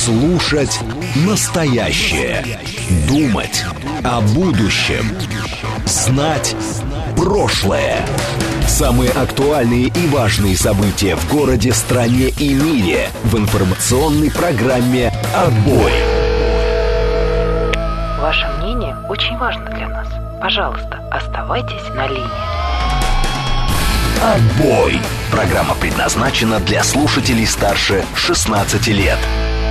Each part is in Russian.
Слушать настоящее. Думать о будущем. Знать прошлое. Самые актуальные и важные события в городе, стране и мире в информационной программе «Отбой». Ваше мнение очень важно для нас. Пожалуйста, оставайтесь на линии. «Отбой». Программа предназначена для слушателей старше 16 лет.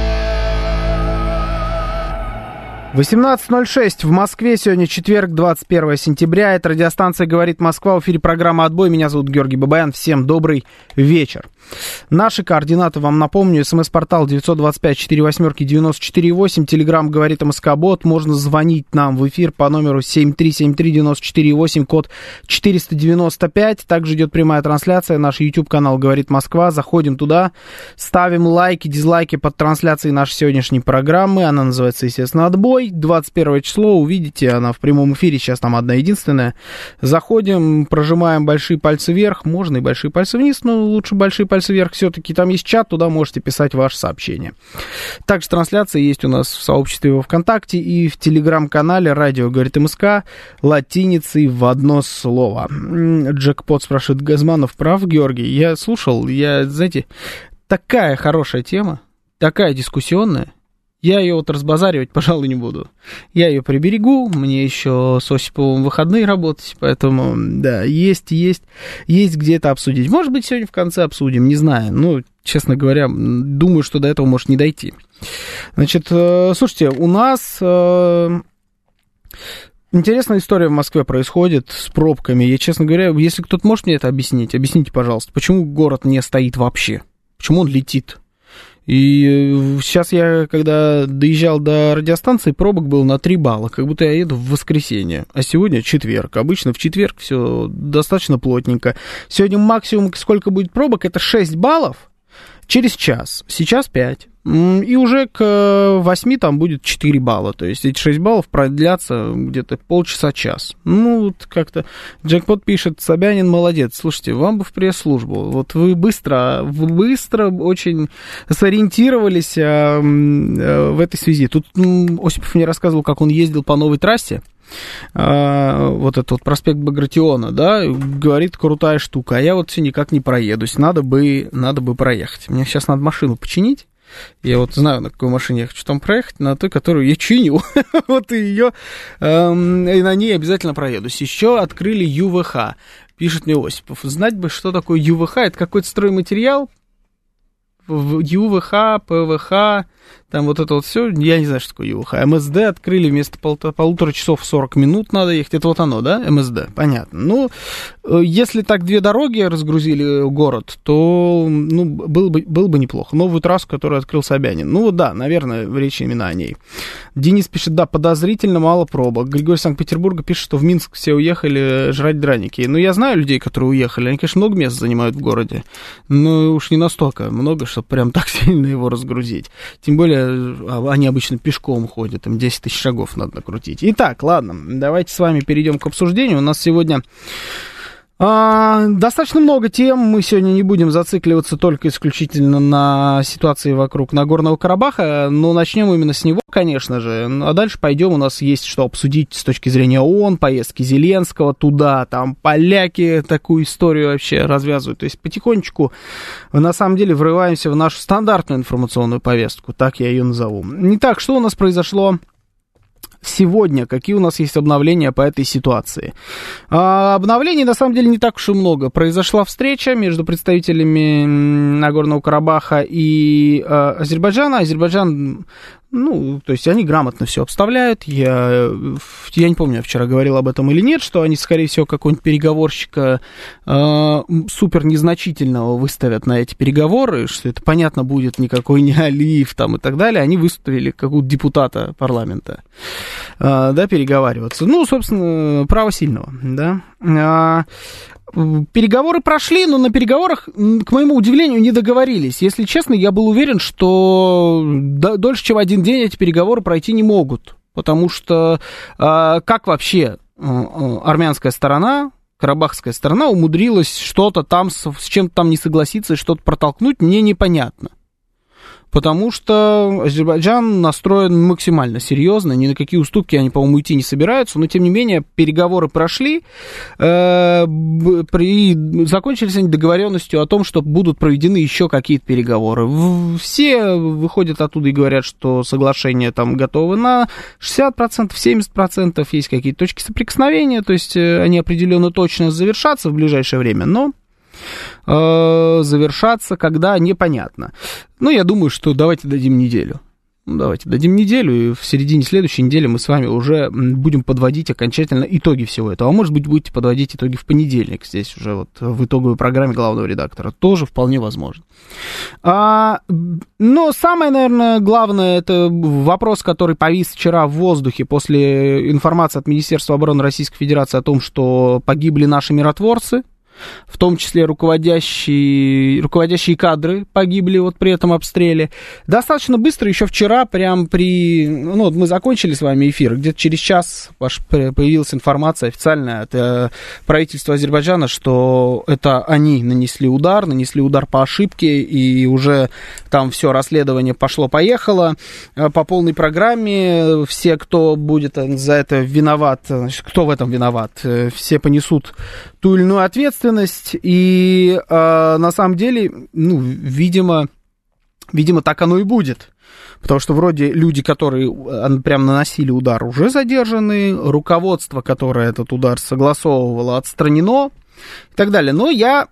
18:06 в Москве. Сегодня четверг, 21 сентября. Это радиостанция «Говорит Москва». В эфире программа «Отбой». Меня зовут Георгий Бабаян. Всем добрый вечер. Наши координаты вам напомню. СМС-портал 925-48-94-8. Телеграм «Говорит МСК-бот». Можно звонить нам в эфир по номеру 7373948, код 495. Также идет прямая трансляция. Наш YouTube-канал «Говорит Москва». Заходим туда, ставим лайки, дизлайки под трансляцией нашей сегодняшней программы. Она называется, естественно, «Отбой». 21 число, увидите, она в прямом эфире, сейчас там одна единственная. Заходим, прожимаем большие пальцы вверх, можно и большие пальцы вниз, но лучше большие пальцы вверх все-таки. Там есть чат, туда можете писать ваши сообщения. Также трансляция есть у нас в сообществе во ВКонтакте и в Телеграм-канале «Радио говорит МСК» латиницей в одно слово. Джекпот спрашивает: Газманов прав, Георгий? Я слушал, знаете, такая хорошая тема, такая дискуссионная. Я ее вот разбазаривать, пожалуй, не буду. Я ее приберегу, мне еще с Осиповым выходные работать, поэтому, да, есть где это обсудить. Может быть, сегодня в конце обсудим, не знаю. Ну, честно говоря, думаю, что до этого может не дойти. Значит, слушайте, у нас интересная история в Москве происходит с пробками. Я, честно говоря, если кто-то может мне это объяснить, объясните, пожалуйста, почему город не стоит вообще? Почему он летит? И сейчас я, когда доезжал до радиостанции, пробок было на 3 балла, как будто я еду в воскресенье. А сегодня четверг. Обычно в четверг все достаточно плотненько. Сегодня максимум, сколько будет пробок, это 6 баллов через час. Сейчас 5. И уже к 8 там будет 4 балла. То есть эти 6 баллов продлятся где-то полчаса-час. Ну, вот как-то Джекпот пишет: Собянин молодец. Слушайте, вам бы в пресс-службу. Вот вы быстро очень сориентировались в этой связи. Тут Осипов мне рассказывал, как он ездил по новой трассе. Вот этот вот проспект Багратиона, да, говорит, крутая штука. А я вот все никак не проедусь. Надо бы проехать. Мне сейчас надо машину починить. Я вот знаю, на какой машине я хочу там проехать, на той, которую я чиню. Вот и ее, и на ней обязательно проедусь. Еще открыли ЮВХ, пишет мне Осипов. Знать бы, что такое ЮВХ, это какой-то стройматериал. ЮВХ, ПВХ, там вот это вот все, я не знаю, что такое ЮВХ. МСД открыли вместо полутора часов 40 минут надо ехать. Это вот оно, да, МСД, понятно. Ну, если так 2 дороги разгрузили город, то, ну, было бы неплохо. Новую трассу, которую открыл Собянин. Ну, да, наверное, речь именно о ней. Денис пишет: да, подозрительно мало пробок. Григорий из Санкт-Петербурга пишет, что в Минск все уехали жрать драники. Ну, я знаю людей, которые уехали. Они, конечно, много мест занимают в городе. Но уж не настолько много, чтобы прям так сильно его разгрузить. Тем более, они обычно пешком ходят, им 10 тысяч шагов надо накрутить. Итак, ладно, давайте с вами перейдем к обсуждению. У нас сегодня достаточно много тем. Мы сегодня не будем зацикливаться только исключительно на ситуации вокруг Нагорного Карабаха, но начнем именно с него, конечно же. А дальше пойдем, у нас есть что обсудить с точки зрения ООН, поездки Зеленского туда, там поляки такую историю вообще развязывают. То есть потихонечку, на самом деле, врываемся в нашу стандартную информационную повестку, так я ее назову. Итак, что у нас произошло сегодня? Какие у нас есть обновления по этой ситуации? Обновлений, на самом деле, не так уж и много. Произошла встреча между представителями Нагорного Карабаха и Азербайджана. Азербайджан, ну, то есть они грамотно все обставляют. Я не помню, я вчера говорил об этом или нет, что они, скорее всего, какого-нибудь переговорщика супер незначительного выставят на эти переговоры, что это, понятно, будет никакой не Алиев там и так далее. Они выставили какого-то депутата парламента, да, переговариваться. Ну, собственно, право сильного, да. Переговоры прошли, но на переговорах, к моему удивлению, не договорились. Если честно, я был уверен, что дольше, чем 1 день эти переговоры пройти не могут. Потому что как вообще армянская сторона, карабахская сторона умудрилась что-то там, с чем-то там не согласиться и что-то протолкнуть, мне непонятно. Потому что Азербайджан настроен максимально серьезно, ни на какие уступки они, по-моему, идти не собираются, но, тем не менее, переговоры прошли, закончились они договоренностью о том, что будут проведены еще какие-то переговоры. Все выходят оттуда и говорят, что соглашение там готовы на 60%, 70%, есть какие-то точки соприкосновения, то есть они определенно точно завершатся в ближайшее время, но завершаться когда, непонятно. Но я думаю, что давайте дадим неделю. Давайте дадим неделю, и в середине следующей недели мы с вами уже будем подводить окончательно итоги всего этого. А может быть, будете подводить итоги в понедельник, здесь уже вот в итоговой программе главного редактора. Тоже вполне возможно. Но самое, наверное, главное, это вопрос, который повис вчера в воздухе после информации от Министерства обороны Российской Федерации о том, что погибли наши миротворцы. В том числе руководящие кадры погибли вот при этом обстреле. Достаточно быстро, еще вчера, прям вот мы закончили с вами эфир, где-то через час появилась информация официальная от правительства Азербайджана, что это они нанесли удар по ошибке, и уже там все расследование пошло-поехало по полной программе. Все, кто будет за это виноват, кто в этом виноват, все понесут ту или иную ответственность. И на самом деле, видимо, так оно и будет. Потому что вроде люди, которые прям наносили удар, уже задержаны, руководство, которое этот удар согласовывало, отстранено и так далее. Но я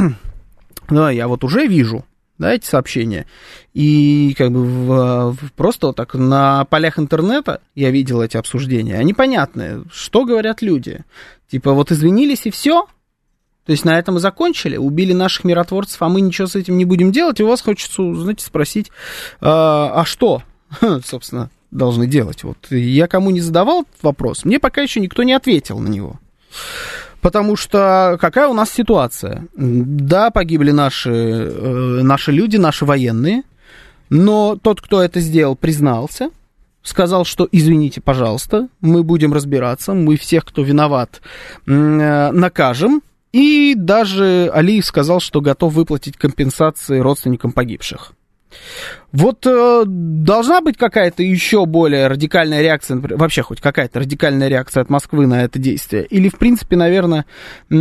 вот уже вижу, да, эти сообщения. И как бы просто вот так на полях интернета я видел эти обсуждения. Они понятные. Что говорят люди? Типа вот извинились и все. То есть на этом и закончили, убили наших миротворцев, а мы ничего с этим не будем делать. И у вас хочется, знаете, спросить, а что, собственно, должны делать? Вот я кому не задавал этот вопрос, мне пока еще никто не ответил на него. Потому что какая у нас ситуация? Да, погибли наши люди, наши военные, но тот, кто это сделал, признался, сказал, что извините, пожалуйста, мы будем разбираться, мы всех, кто виноват, накажем. И даже Алиев сказал, что готов выплатить компенсации родственникам погибших. Вот должна быть какая-то еще более радикальная реакция, вообще хоть какая-то радикальная реакция от Москвы на это действие? Или, в принципе, наверное, ты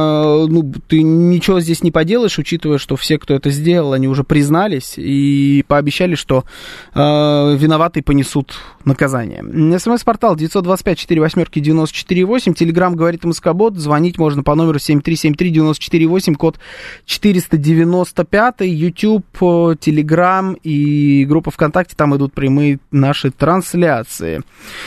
ничего здесь не поделаешь, учитывая, что все, кто это сделал, они уже признались и пообещали, что виноватые понесут наказание. СМС-портал 925-48-94-8, Телеграм говорит МСК-бот, звонить можно по номеру 7373-94-8, код 495, YouTube, Телеграм и группа ВКонтакте, там идут прямые наши трансляции.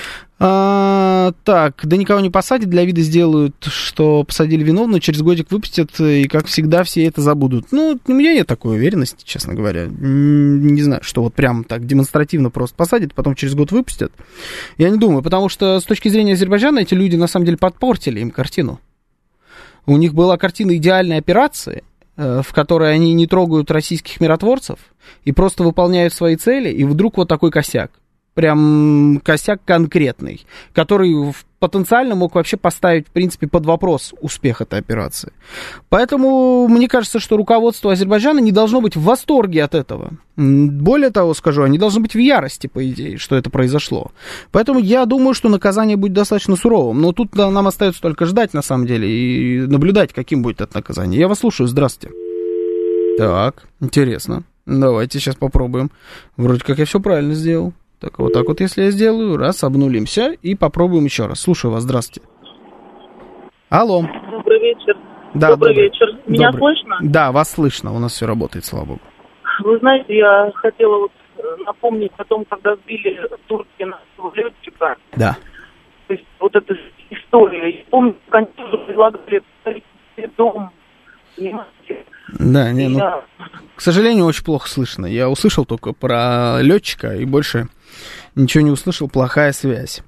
Так, да никого не посадят, для вида сделают, что посадили виновного, через годик выпустят, и, как всегда, все это забудут. У меня нет такой уверенности, честно говоря. Не знаю, что вот прям так демонстративно просто посадят, потом через год выпустят. Я не думаю, потому что с точки зрения Азербайджана эти люди, на самом деле, подпортили им картину. У них была картина идеальной операции, в которой они не трогают российских миротворцев и просто выполняют свои цели, и вдруг вот такой косяк. Прям косяк конкретный, который потенциально мог вообще поставить, в принципе, под вопрос успех этой операции. Поэтому мне кажется, что руководство Азербайджана не должно быть в восторге от этого. Более того, скажу, они должны быть в ярости, по идее, что это произошло. Поэтому я думаю, что наказание будет достаточно суровым. Но тут нам остается только ждать, на самом деле, и наблюдать, каким будет это наказание. Я вас слушаю, здравствуйте. Так, интересно. Давайте сейчас попробуем. Вроде как я все правильно сделал. Так вот, если я сделаю, раз, обнулимся и попробуем еще раз. Слушаю вас, здравствуйте. Алло. Добрый вечер. Да, добрый вечер. Меня слышно? Да, вас слышно, у нас все работает, слава богу. Вы знаете, я хотела напомнить о том, когда сбили турки нашего летчика. Да. То есть вот эта история. Я помню, как они тоже предлагали дом. Да, к сожалению, очень плохо слышно. Я услышал только про летчика и больше ничего не услышал. Плохая связь.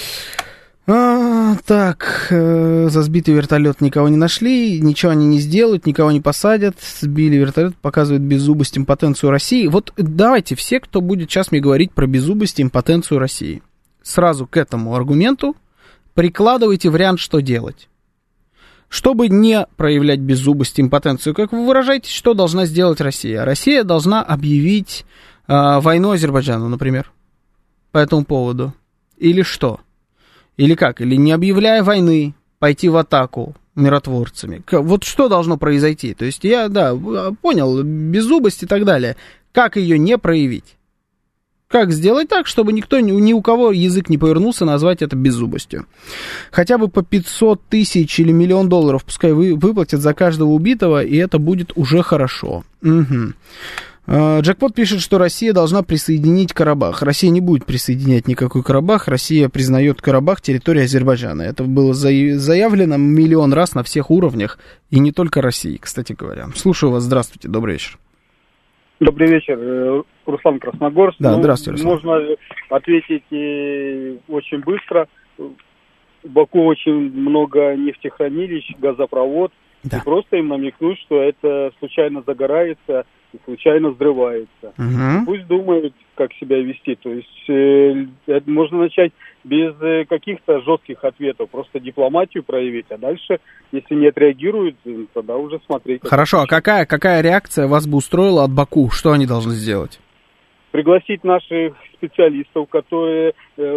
Так, за сбитый вертолет никого не нашли, ничего они не сделают, никого не посадят. Сбили вертолет, показывают беззубость, импотенцию России. Вот давайте все, кто будет сейчас мне говорить про беззубость, импотенцию России, сразу к этому аргументу прикладывайте вариант, что делать. Чтобы не проявлять беззубость, импотенцию, как вы выражаетесь, что должна сделать Россия? Россия должна объявить войну Азербайджану, например, по этому поводу? Или что? Или как? Или не объявляя войны, пойти в атаку миротворцами? Вот что должно произойти? То есть я, да, понял, беззубость и так далее. Как ее не проявить? Как сделать так, чтобы никто, ни у кого язык не повернулся назвать это беззубостью? Хотя бы по 500 тысяч или $1 миллион пускай выплатят за каждого убитого, и это будет уже хорошо. Угу. Джекпот пишет, что Россия должна присоединить Карабах. Россия не будет присоединять никакой Карабах. Россия признает Карабах территорией Азербайджана. Это было заявлено миллион раз на всех уровнях, и не только России, кстати говоря. Слушаю вас, здравствуйте, добрый вечер. Добрый вечер, Руслан Красногорск. Да, здравствуйте, Руслан. Можно ответить очень быстро. В Баку очень много нефтехранилищ, газопровод. Да. И просто им намекнуть, что это случайно загорается и случайно взрывается. Угу. Пусть думают, как себя вести. То есть можно начать без каких-то жестких ответов, просто дипломатию проявить, а дальше, если не отреагируют, тогда уже смотреть. Хорошо, а какая реакция вас бы устроила от Баку? Что они должны сделать? Пригласить наших специалистов, которые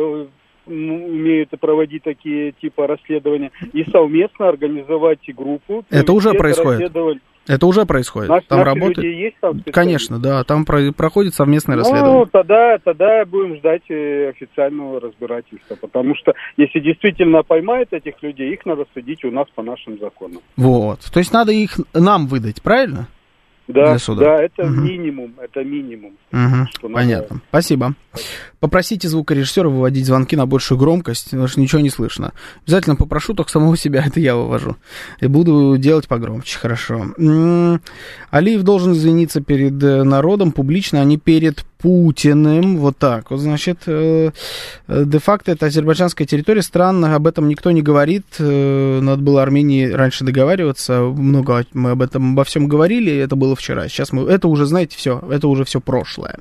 умеют проводить такие типа расследования, и совместно организовать группу. Это уже происходит. Это уже происходит. Там работает. Люди есть там специалисты? Конечно, да, там проходит совместное расследование. Ну, тогда будем ждать официального разбирательства, потому что если действительно поймают этих людей, их надо судить у нас по нашим законам. Вот, то есть надо их нам выдать, правильно? Да, да, это минимум, это минимум. Понятно, спасибо. Попросите звукорежиссера выводить звонки на большую громкость, потому что ничего не слышно. Обязательно попрошу, только самого себя, это я вывожу. И буду делать погромче, хорошо. Алиев должен извиниться перед народом публично, а не перед Путиным. Вот так. Вот, значит, де-факто это азербайджанская территория. Странно, об этом никто не говорит. Надо было Армении раньше договариваться. Много мы обо всем говорили, это было вчера. Сейчас это уже, знаете, все, это уже все прошлое.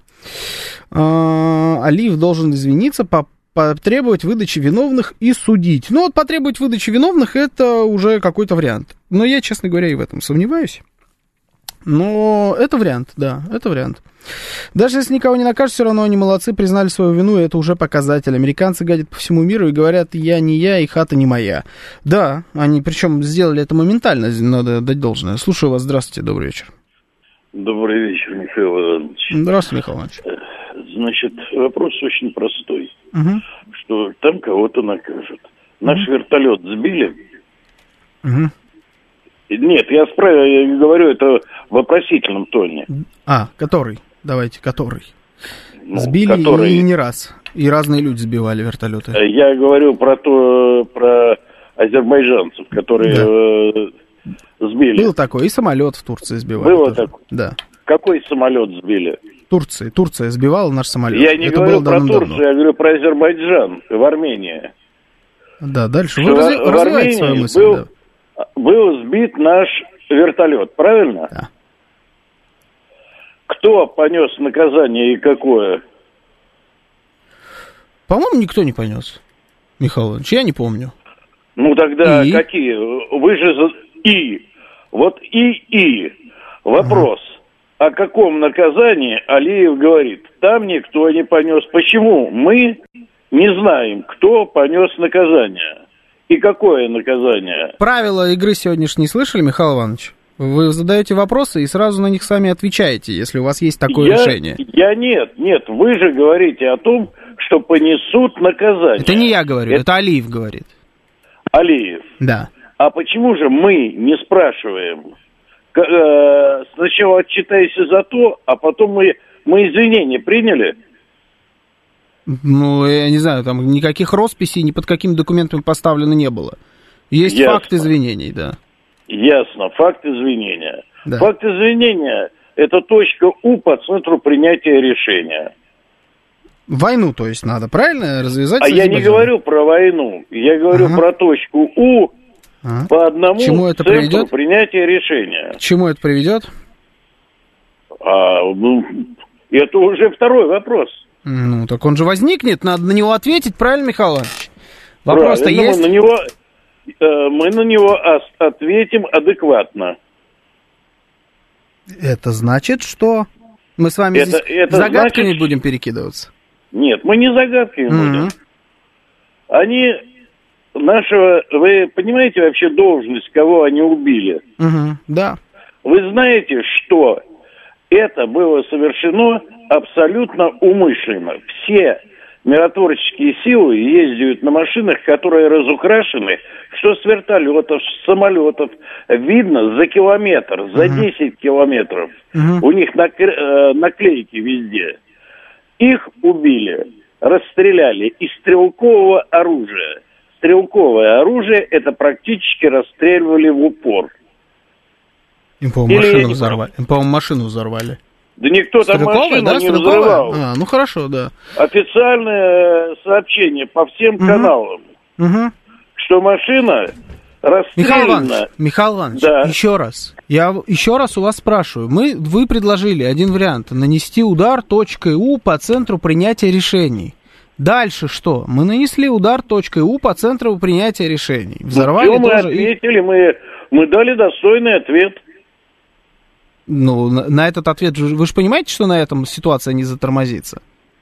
Алиев должен извиниться, потребовать выдачи виновных и судить. Ну, вот потребовать выдачи виновных, это уже какой-то вариант. Но я, честно говоря, и в этом сомневаюсь. Но это вариант, да, это вариант. Даже если никого не накажут, все равно они молодцы, признали свою вину, и это уже показатель. Американцы гадят по всему миру и говорят, я не я, и хата не моя. Да, они причем сделали это моментально, надо дать должное. Слушаю вас, здравствуйте, добрый вечер. Добрый вечер, Михаил Иванович. Здравствуйте, Михаил Иванович. Значит, вопрос очень простой. Что там кого-то накажут. Наш вертолет сбили? Нет, я говорю это в вопросительном тоне. Который? Давайте, который. Ну, сбили который... и не раз. И разные люди сбивали вертолеты. Я говорю про азербайджанцев, которые сбили. Был такой, и самолет в Турции сбивали. Было тоже. такое? Да. Какой самолет сбили? Турция сбивала наш самолет. Я не говорю про Турцию, я говорю про Азербайджан, в Армении. Да, дальше. Вы развиваете свою мысль. Был сбит наш вертолет, правильно? Да. Кто понес наказание и какое? По-моему, никто не понес, Михаил Иванович, я не помню. Ну тогда какие? Вы же Вот Вопрос. О каком наказании Алиев говорит? Там никто не понес. Почему мы не знаем, кто понес наказание? И какое наказание? Правила игры сегодняшней слышали, Михаил Иванович? Вы задаете вопросы и сразу на них сами отвечаете, если у вас есть такое решение. Нет, вы же говорите о том, что понесут наказание. Это не я говорю, это Алиев говорит. Алиев? Да. А почему же мы не спрашиваем? Сначала отчитайся за то, а потом мы извинения приняли? Ну, я не знаю, там никаких росписей ни под какими документами поставлено не было. Есть факт извинений, да. Ясно, факт извинения. Да. Факт извинения – это точка У по центру принятия решения. Войну, то есть, надо, правильно, развязать? А я не говорю про войну, я говорю про точку У по одному центру принятия решения. К чему это приведет? Это уже второй вопрос. Ну, так он же возникнет, надо на него ответить, правильно, Михаил Иванович? Вопрос-то есть. Мы на него ответим адекватно. Это значит, что? Мы с вами здесь загадками будем перекидываться? Нет, мы не загадками будем. Они нашего... Вы понимаете вообще должность, кого они убили? Да. Вы знаете, что это было совершено абсолютно умышленно. Все миротворческие силы ездят на машинах, которые разукрашены, что с вертолетов, с самолетов. Видно за километр, за 10 километров. У них наклейки везде. Их убили, расстреляли из стрелкового оружия. Стрелковое оружие — это практически расстреливали в упор. Им, по-моему, машину взорвали. Да никто там машину не взрывал. Ну хорошо, да. Официальное сообщение по всем каналам, что машина расстреляна. Михаил Иванович, да. Я еще раз у вас спрашиваю. Вы предложили один вариант: нанести удар точкой У по центру принятия решений. Дальше что? Мы нанесли удар точкой У по центру принятия решений. Взорвали тоже. Мы ответили, мы дали достойный ответ. Ну, на этот ответ, вы же понимаете, что на этом ситуация не затормозится?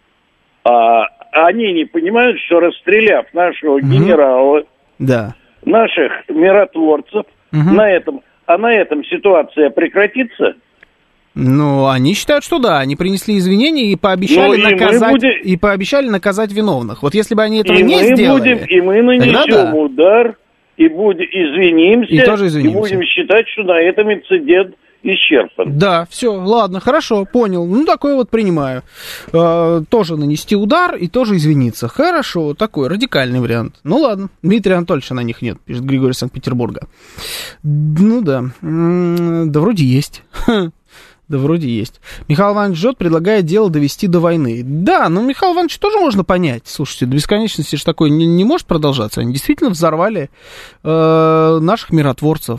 Они не понимают, что расстреляв нашего генерала, наших миротворцев, на этом ситуация прекратится? Ну, они считают, что да, они принесли извинения и пообещали наказать виновных. Вот если бы они этого не сделали... И мы нанесем удар, и извинимся, и будем считать, что на этом инцидент исчерпан. Да, все, ладно, хорошо, понял. Ну, такое вот принимаю. Тоже нанести удар и тоже извиниться. Хорошо, такой радикальный вариант. Ну, ладно. Дмитрия Анатольевича на них нет, пишет Григорий из Санкт-Петербурга. Ну, да. Да, вроде есть. Да, вроде есть. Михаил Иванович жжет, предлагает дело довести до войны. Да, но Михаил Иванович тоже можно понять. Слушайте, до бесконечности же такое не может продолжаться. Они действительно взорвали наших миротворцев,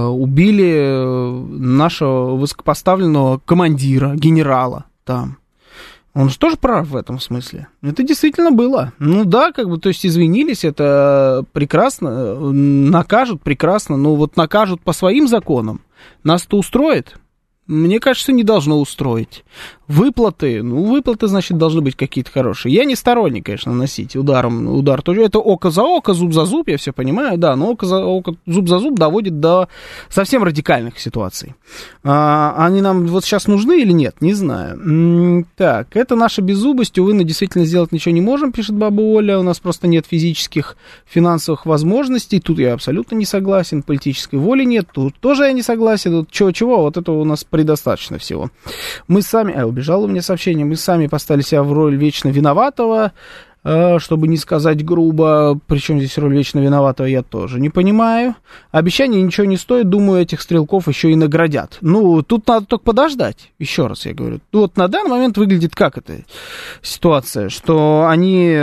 убили нашего высокопоставленного командира, генерала там. Он же тоже прав в этом смысле. Это действительно было. Ну да, то есть извинились, это прекрасно, накажут прекрасно, но вот накажут по своим законам. Нас-то устроит? Мне кажется, не должно устроить. Выплаты, значит, должны быть какие-то хорошие. Я не сторонник, конечно, носить удар. Это око за око, зуб за зуб, я все понимаю, да, но око за око, зуб за зуб доводит до совсем радикальных ситуаций. Они нам вот сейчас нужны или нет, не знаю. Так, это наша беззубость, увы, мы действительно сделать ничего не можем, пишет баба Оля, у нас просто нет физических, финансовых возможностей, тут я абсолютно не согласен, политической воли нет, тут тоже я не согласен, чего, вот этого у нас предостаточно всего. Мы сами, убежало у меня сообщение, мы сами поставили себя в роль вечно виноватого, чтобы не сказать грубо, причем здесь роль вечно виноватого, я тоже не понимаю. Обещания ничего не стоят, думаю, этих стрелков еще и наградят. Ну, тут надо только подождать, еще раз я говорю. Вот на данный момент выглядит как эта ситуация, что они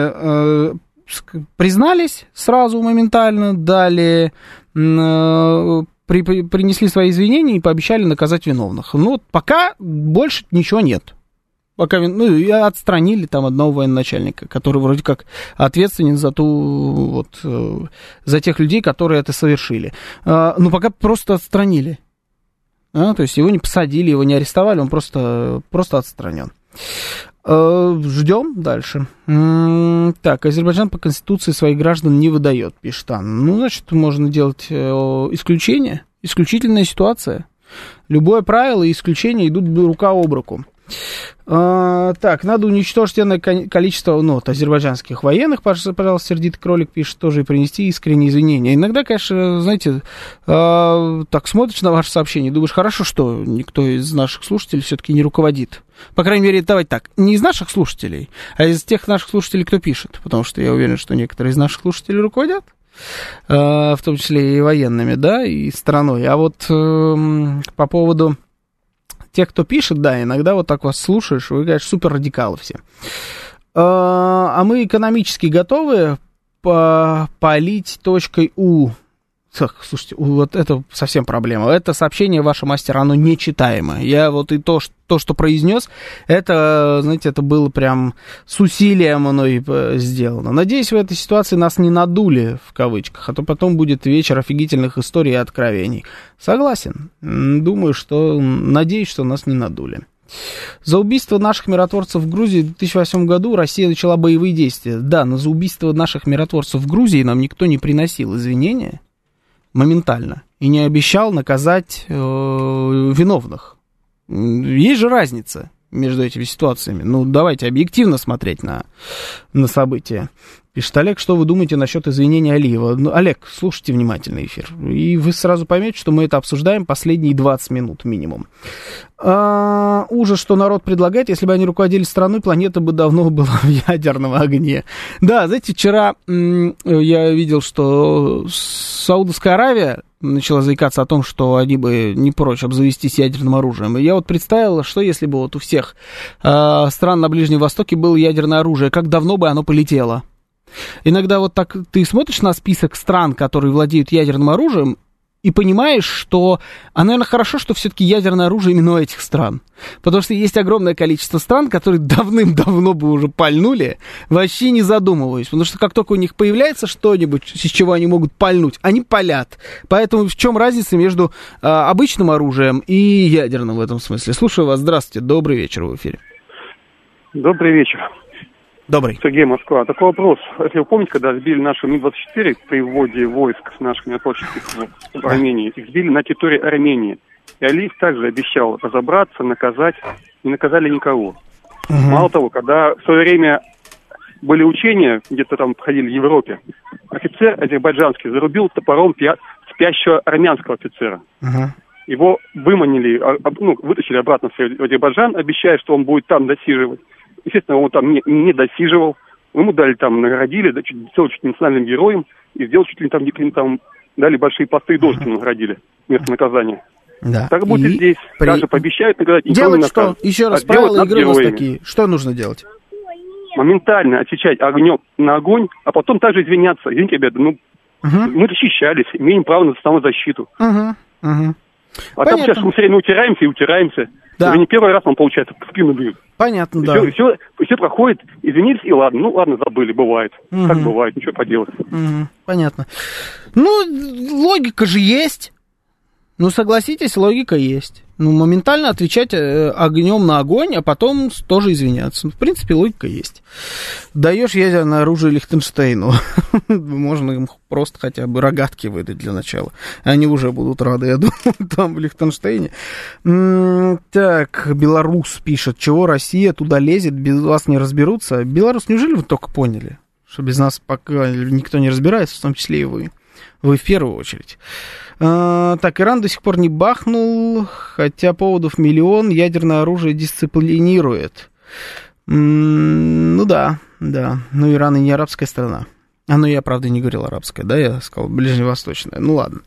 признались сразу моментально, дали... принесли свои извинения и пообещали наказать виновных. Ну, пока больше ничего нет. Пока, и отстранили там одного военачальника, который вроде как ответственен за за тех людей, которые это совершили. Ну, пока просто отстранили. То есть его не посадили, его не арестовали, он просто отстранен. Ждем дальше. Так, Азербайджан по конституции своих граждан не выдает, пишет Анна. Ну, значит, можно делать исключение. Исключительная ситуация. Любое правило и исключение идут рука об руку. Так, надо уничтожить количество азербайджанских военных, пожалуйста, сердитый кролик пишет, тоже и принести искренние извинения. Иногда, конечно, знаете, так смотришь на ваше сообщение, думаешь, хорошо, что никто из наших слушателей все-таки не руководит. По крайней мере, давайте так, не из наших слушателей, а из тех наших слушателей, кто пишет, потому что я уверен, что некоторые из наших слушателей руководят, в том числе и военными, да, и страной. А вот по поводу тех, кто пишет, да, иногда вот так вас слушаешь, вы, конечно, супер радикалы все. А мы экономически готовы полить точкой У. Слушайте, вот это совсем проблема. Это сообщение, ваше мастер, оно нечитаемое. Я вот и то, что произнес, это, знаете, это было прям с усилием мной сделано. Надеюсь, в этой ситуации нас не надули, в кавычках, а то потом будет вечер офигительных историй и откровений. Согласен. Надеюсь, что нас не надули. За убийство наших миротворцев в Грузии в 2008 году Россия начала боевые действия. Да, но за убийство наших миротворцев в Грузии нам никто не приносил извинения моментально и не обещал наказать виновных. Есть же разница между этими ситуациями. Ну, давайте объективно смотреть на события. Пишет Олег, что вы думаете насчет извинения Алиева? Ну, Олег, слушайте внимательно эфир. И вы сразу поймете, что мы это обсуждаем последние 20 минут минимум. Ужас, что народ предлагает. Если бы они руководили страной, планета бы давно была в ядерном огне. Да, знаете, вчера я видел, что Саудовская Аравия начала заикаться о том, что они бы не прочь обзавестись ядерным оружием. И я вот представил, что если бы вот у всех стран на Ближнем Востоке было ядерное оружие, как давно бы оно полетело. Иногда вот так ты смотришь на список стран, которые владеют ядерным оружием, и понимаешь, что, наверное, хорошо, что все-таки ядерное оружие именно у этих стран. Потому что есть огромное количество стран, которые давным-давно бы уже пальнули, вообще не задумываясь. Потому что как только у них появляется что-нибудь, с чего они могут пальнуть, они палят. Поэтому в чем разница между обычным оружием и ядерным в этом смысле? Слушаю вас. Здравствуйте. Добрый вечер в эфире. Добрый вечер. Добрый. Сергей, Москва. Такой вопрос. Если вы помните, когда сбили наши Ми-24 при вводе войск с наших миротворческих в Армении, их сбили на территории Армении. И Алиев также обещал разобраться, наказать. Не наказали никого. Мало того, когда в свое время были учения, где-то там проходили в Европе, офицер азербайджанский зарубил топором спящего армянского офицера. Его выманили, вытащили обратно в Азербайджан, обещая, что он будет там досиживать. Естественно, он там не досиживал. Ему дали там, наградили, сделали чуть ли национальным героем, и сделали чуть ли там дали большие посты и должности наградили вместо наказания. Да. Так будет и здесь. Даже пообещают наградить, никто делать не накажет. Что? Еще раз, правила игры у нас такие. Что нужно делать? Моментально отвечать огнем на огонь, а потом также извиняться. Извините, ребята, мы защищались, имеем право на самозащиту. А там сейчас мы все время утираемся. Да. Уже не первый раз нам, получается, в спину бьют. Понятно, да. Все проходит, извинились, и ладно. Ну, ладно, забыли, бывает. Так бывает, ничего поделать. Понятно. Ну, логика же есть. Ну, согласитесь, логика есть. Ну, моментально отвечать огнем на огонь, а потом тоже извиняться. В принципе, логика есть. Даешь ядерное оружие Лихтенштейну. Можно им просто хотя бы рогатки выдать для начала. Они уже будут рады, я думаю, там в Лихтенштейне. Так, Беларус пишет, чего Россия туда лезет, без вас не разберутся. Беларус, неужели вы только поняли, что без нас пока никто не разбирается, в том числе и вы? Вы в первую очередь. Так, Иран до сих пор не бахнул, хотя поводов миллион, ядерное оружие дисциплинирует. Ну да. Но Иран и не арабская страна. Ну, я, правда, не говорил арабская, да, я сказал ближневосточная. Ну, ладно.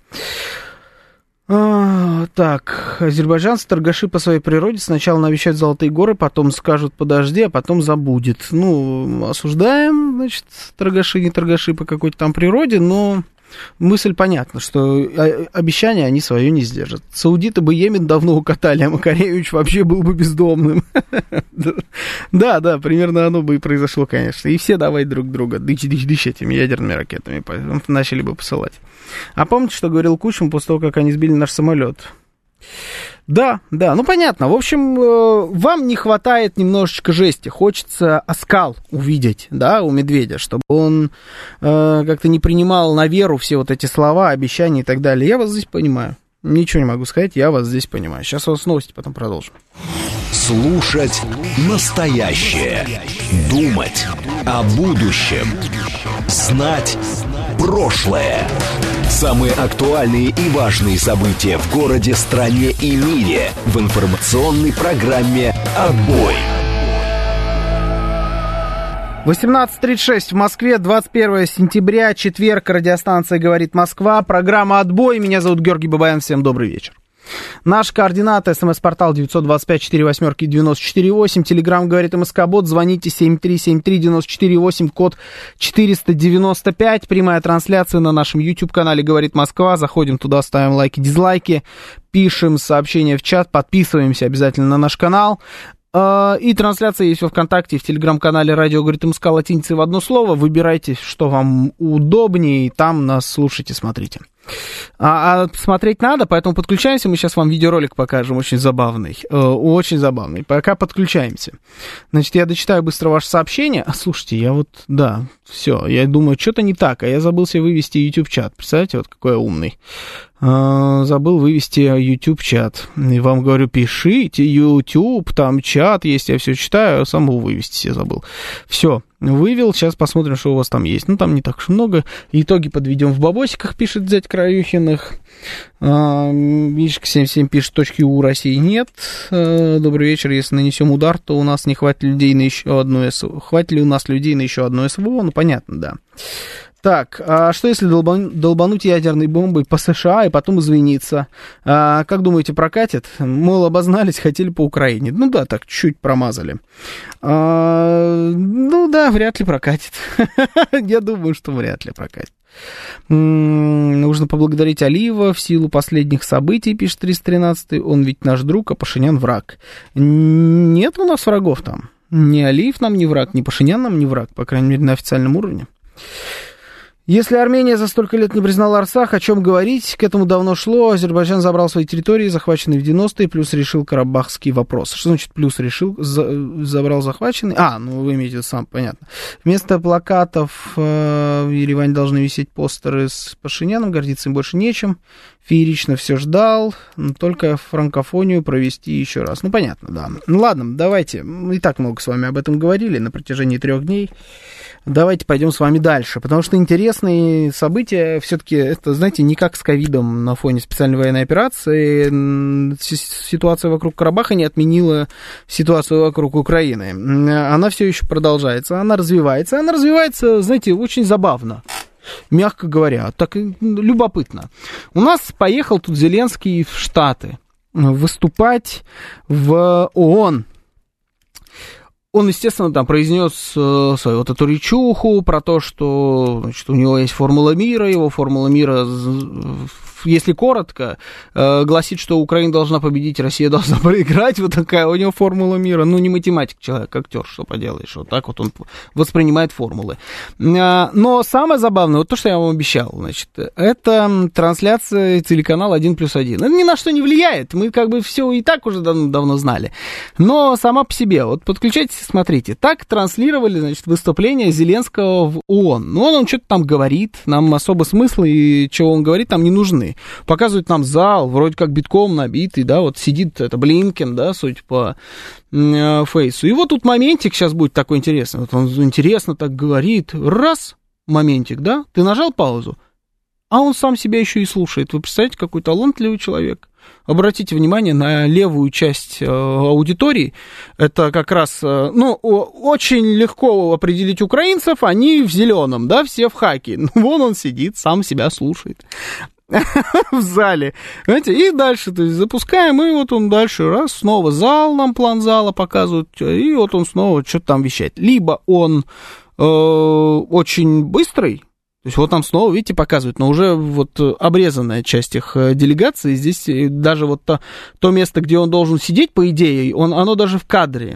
Так, азербайджанцы торгаши по своей природе. Сначала навещают золотые горы, потом скажут подожди, а потом забудет. Ну, осуждаем, значит, торгаши, не торгаши по какой-то там природе, но мысль понятна, что обещания они свое не сдержат. Саудиты бы Йемен давно укатали, а Макаревич вообще был бы бездомным. Да, примерно оно бы и произошло, конечно. И все давай друг друга дыщ этими ядерными ракетами начали бы посылать. А помните, что говорил Кучма после того, как они сбили наш самолет? Да, ну понятно. В общем, вам не хватает немножечко жести. Хочется оскал увидеть, да, у медведя, чтобы он как-то не принимал на веру все вот эти слова, обещания и так далее. Я вас здесь понимаю. Ничего не могу сказать, я вас здесь понимаю. Сейчас у вас новости, потом продолжим. Слушать настоящее. Думать о будущем. Знать прошлое. Самые актуальные и важные события в городе, стране и мире в информационной программе «Отбой». 18:36 в Москве, 21 сентября, четверг, радиостанция «Говорит Москва», программа «Отбой». Меня зовут Георгий Бабаян, всем добрый вечер. Наш координат, смс-портал 925-48-94-8, телеграмм «Говорит МСК-бот», звоните 7373-94-8, код 495, прямая трансляция на нашем YouTube-канале «Говорит Москва», заходим туда, ставим лайки, дизлайки, пишем сообщения в чат, подписываемся обязательно на наш канал. И трансляция есть во ВКонтакте, в телеграм-канале «Радио говорит МСК» латиницей в одно слово. Выбирайте, что вам удобнее, и там нас слушайте, смотрите. А смотреть надо, поэтому подключаемся. Мы сейчас вам видеоролик покажем, очень забавный. Очень забавный. Пока подключаемся. Значит, я дочитаю быстро ваше сообщение. Слушайте, все. Я думаю, что-то не так. А я забыл себе вывести YouTube-чат. Представляете, вот какой я умный. Забыл вывести YouTube-чат. И вам говорю, пишите YouTube, там чат есть, я все читаю, а сам его вывести себе забыл. Все, вывел, сейчас посмотрим, что у вас там есть. Ну, там не так уж много. Итоги подведем в бабосиках, пишет зять Краюхиных. Мишка 77 пишет, точки У России нет. Добрый вечер, если нанесем удар, то у нас не хватит людей на еще одно СВО. Хватит ли у нас людей на еще одно СВО? Ну, понятно, да. Так, а что если долбануть ядерной бомбой по США и потом извиниться? Как думаете, прокатит? Мол, обознались, хотели по Украине. Ну да, так, чуть промазали. Ну да, вряд ли прокатит. Я думаю, что вряд ли прокатит. Нужно поблагодарить Алиева в силу последних событий, пишет 313. Он ведь наш друг, а Пашинян враг. Нет у нас врагов там. Ни Алиев нам не враг, ни Пашинян нам не враг, по крайней мере, на официальном уровне. Если Армения за столько лет не признала Арцах, о чем говорить? К этому давно шло. Азербайджан забрал свои территории, захваченные в 90-е, плюс решил карабахский вопрос. Что значит плюс решил? Забрал захваченный? Ну вы имеете сам, понятно. Вместо плакатов в Ереване должны висеть постеры с Пашиняном, гордиться им больше нечем. Феерично все ждал, только франкофонию провести еще раз. Ну, понятно, да. Ну, ладно, давайте, мы и так много с вами об этом говорили на протяжении 3 дней. Давайте пойдем с вами дальше, потому что интересные события, все-таки, это, знаете, не как с ковидом на фоне специальной военной операции. Ситуация вокруг Карабаха не отменила ситуацию вокруг Украины. Она все еще продолжается, она развивается, знаете, очень забавно. Мягко говоря, так любопытно. У нас поехал тут Зеленский в Штаты выступать в ООН. Он, естественно, там произнес свою вот эту речуху про то, что, значит, у него есть формула мира, его формула мира, если коротко, гласит, что Украина должна победить, Россия должна проиграть. Вот такая у него формула мира. Ну, не математик человек, актер, что поделаешь. Вот так вот он воспринимает формулы. Но самое забавное, вот то, что я вам обещал, значит, это трансляция телеканала 1+1. Это ни на что не влияет. Мы как бы все и так уже давно знали. Но сама по себе. Вот подключайтесь, смотрите. Так транслировали, значит, выступление Зеленского в ООН. Ну, он что-то там говорит. Нам особо смысла и чего он говорит там не нужны. Показывают нам зал, вроде как битком набитый, да, вот сидит это Блинкен, да, судя по фейсу. И вот тут моментик сейчас будет такой интересный. Вот он интересно так говорит. Раз, моментик, да, ты нажал паузу, а он сам себя еще и слушает. Вы представляете, какой талантливый человек. Обратите внимание на левую часть аудитории. Это как раз, ну, очень легко определить украинцев. Они в зеленом, да, все в хаке. Ну, вон он сидит, сам себя слушает в зале. Понимаете? И дальше, то есть, запускаем, и вот он дальше, раз, снова зал, нам план зала показывают, и вот он снова что-то там вещает. Либо он очень быстрый, то есть вот там снова, видите, показывают, но уже вот обрезанная часть их делегации. Здесь даже вот то место, где он должен сидеть, по идее, оно даже в кадре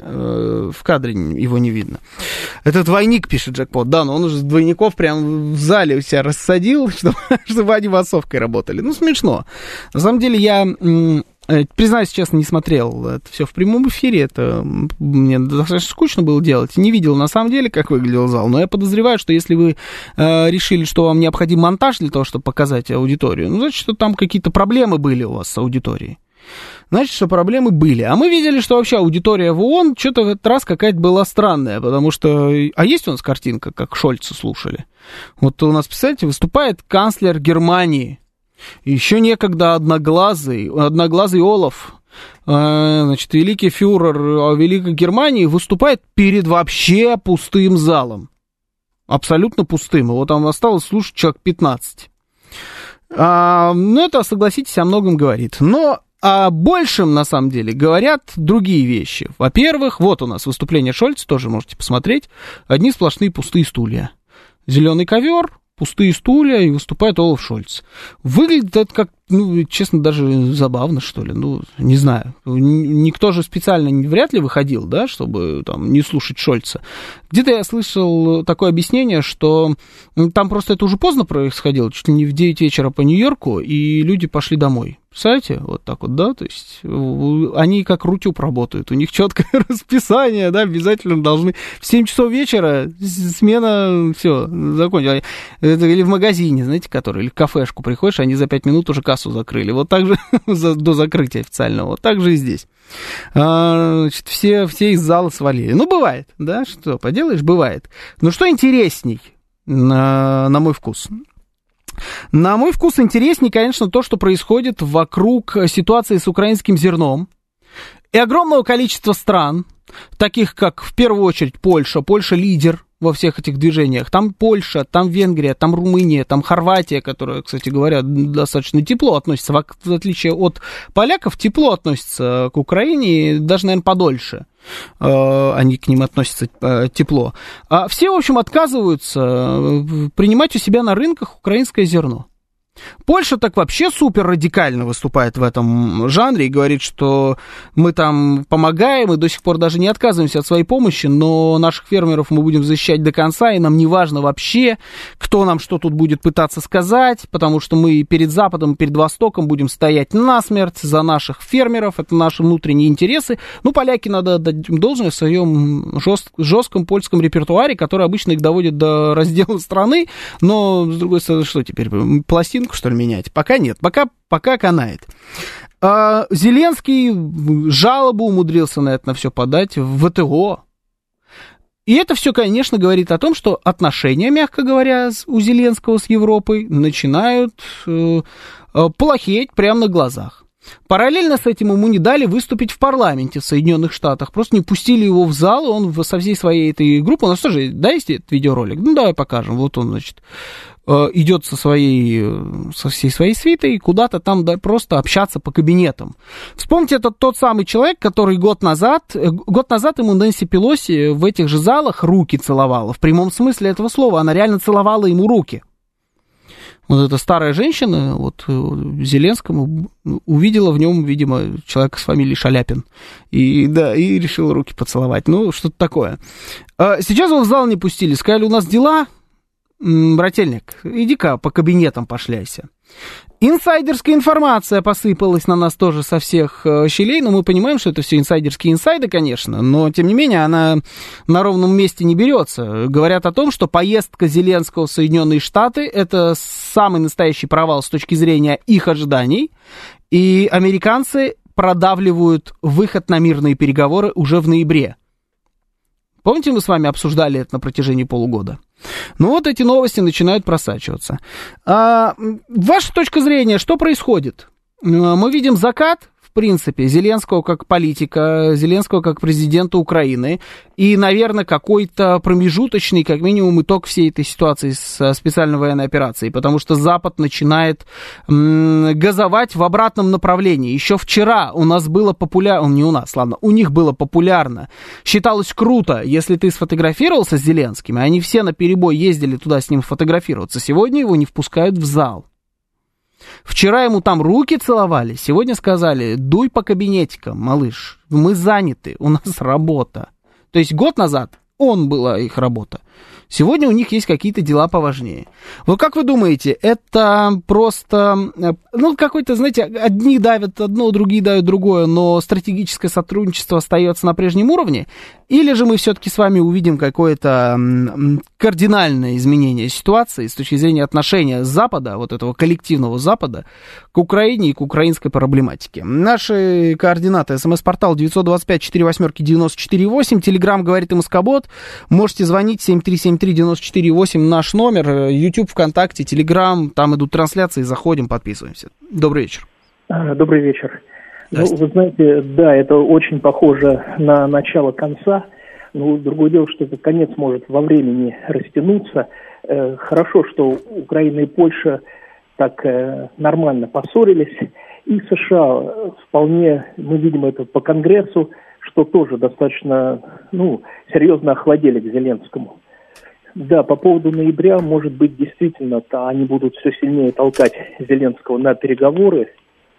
его не видно. Это двойник, пишет Джекпот. Да, но он уже двойников прям в зале у себя рассадил, чтобы они массовкой работали. Ну, смешно. На самом деле, я... Признаюсь, честно, не смотрел это все в прямом эфире, это мне достаточно скучно было делать, не видел на самом деле, как выглядел зал, но я подозреваю, что если вы решили, что вам необходим монтаж для того, чтобы показать аудиторию, ну, значит, что там какие-то проблемы были у вас с аудиторией. Значит, что проблемы были. А мы видели, что вообще аудитория в ООН что-то в этот раз какая-то была странная, потому что... А есть у нас картинка, как Шольца слушали? Вот у нас, представляете, выступает канцлер Германии, еще некогда одноглазый Олаф, значит, великий фюрер Великой Германии, выступает перед вообще пустым залом. Абсолютно пустым. Его там осталось слушать человек 15. Ну, это, согласитесь, о многом говорит. Но о большем, на самом деле, говорят другие вещи. Во-первых, вот у нас выступление Шольца, тоже можете посмотреть. Одни сплошные пустые стулья. Зеленый ковер, пустые стулья, и выступает Олаф Шольц. Выглядит это как честно, даже забавно, что ли, не знаю. Никто же специально вряд ли выходил, да, чтобы там не слушать Шольца. Где-то я слышал такое объяснение, что там просто это уже поздно происходило, чуть ли не в 9 вечера по Нью-Йорку, и люди пошли домой. Представляете, вот так вот, да, то есть они как рутюб работают, у них четкое расписание, да, обязательно должны в 7 часов вечера смена, все, закончилась. Или в магазине, знаете, или в кафешку приходишь, они за 5 минут уже кассу закрыли, вот так же до закрытия официального, вот так же и здесь. Значит, все из зала свалили. Бывает, да, что поделаешь, бывает. Но что интересней, на мой вкус? На мой вкус интереснее, конечно, то, что происходит вокруг ситуации с украинским зерном и огромного количества стран, таких как, в первую очередь, Польша. Польша лидер во всех этих движениях. Там Польша, там Венгрия, там Румыния, там Хорватия, которая, кстати говоря, достаточно тепло относится, в отличие от поляков, тепло относится к Украине, даже, наверное, подольше. Они к ним относятся тепло. А все, в общем, отказываются принимать у себя на рынках украинское зерно. Польша так вообще супер радикально выступает в этом жанре и говорит, что мы там помогаем и до сих пор даже не отказываемся от своей помощи, но наших фермеров мы будем защищать до конца, и нам не важно вообще, кто нам что тут будет пытаться сказать, потому что мы перед Западом, перед Востоком будем стоять насмерть за наших фермеров, это наши внутренние интересы. Поляки, надо отдать им должное в своем жестком польском репертуаре, который обычно их доводит до раздела страны, но, с другой стороны, что теперь, пластинку, что ли, менять? Пока нет, пока канает. Зеленский жалобу умудрился на это все подать в ВТО. И это все, конечно, говорит о том, что отношения, мягко говоря, у Зеленского с Европой начинают плохеть прямо на глазах. Параллельно с этим ему не дали выступить в парламенте в Соединенных Штатах. Просто не пустили его в зал, он со всей своей этой группой... У нас тоже, да, есть этот видеоролик? Давай покажем. Вот он, значит, идет со всей своей свитой куда-то там, да, просто общаться по кабинетам. Вспомните, это тот самый человек, который год назад ему Нэнси Пелоси в этих же залах руки целовала. В прямом смысле этого слова. Она реально целовала ему руки. Вот эта старая женщина, вот Зеленскому, увидела в нем, видимо, человека с фамилией Шаляпин. И решила руки поцеловать. Что-то такое. Сейчас его в зал не пустили. Сказали, у нас дела, брательник, иди-ка по кабинетам пошляйся. Инсайдерская информация посыпалась на нас тоже со всех щелей, но мы понимаем, что это все инсайдерские инсайды, конечно, но, тем не менее, она на ровном месте не берется. Говорят о том, что поездка Зеленского в Соединенные Штаты — это самый настоящий провал с точки зрения их ожиданий, и американцы продавливают выход на мирные переговоры уже в ноябре. Помните, мы с вами обсуждали это на протяжении полугода? Вот эти новости начинают просачиваться. Ваша точка зрения, что происходит? Мы видим закат, в принципе, Зеленского как политика, Зеленского как президента Украины, и, наверное, какой-то промежуточный, как минимум, итог всей этой ситуации с специальной военной операцией, потому что Запад начинает газовать в обратном направлении. Еще вчера у нас было популярно, не у нас, ладно, у них было популярно, считалось круто, если ты сфотографировался с Зеленским, и они все наперебой ездили туда с ним фотографироваться. Сегодня его не впускают в зал. Вчера ему там руки целовали, сегодня сказали, дуй по кабинетикам, малыш, мы заняты, у нас работа. То есть год назад была их работа. Сегодня у них есть какие-то дела поважнее. Вот как вы думаете, это просто, какой-то, знаете, одни давят одно, другие давят другое, но стратегическое сотрудничество остается на прежнем уровне? Или же мы все-таки с вами увидим какое-то кардинальное изменение ситуации с точки зрения отношения Запада, вот этого коллективного Запада, к Украине и к украинской проблематике? Наши координаты: СМС-портал 925-48-94-8, Телеграм говорит МСК-бот, можете звонить 7373948, наш номер, YouTube, ВКонтакте, Телеграм, там идут трансляции, заходим, подписываемся. Добрый вечер. Добрый вечер. Вы знаете, да, это очень похоже на начало конца. Другое дело, что этот конец может во времени растянуться. Хорошо, что Украина и Польша так нормально поссорились. И США вполне, мы видим это по Конгрессу, что тоже достаточно серьезно охладели к Зеленскому. Да, по поводу ноября, может быть, действительно, они будут все сильнее толкать Зеленского на переговоры.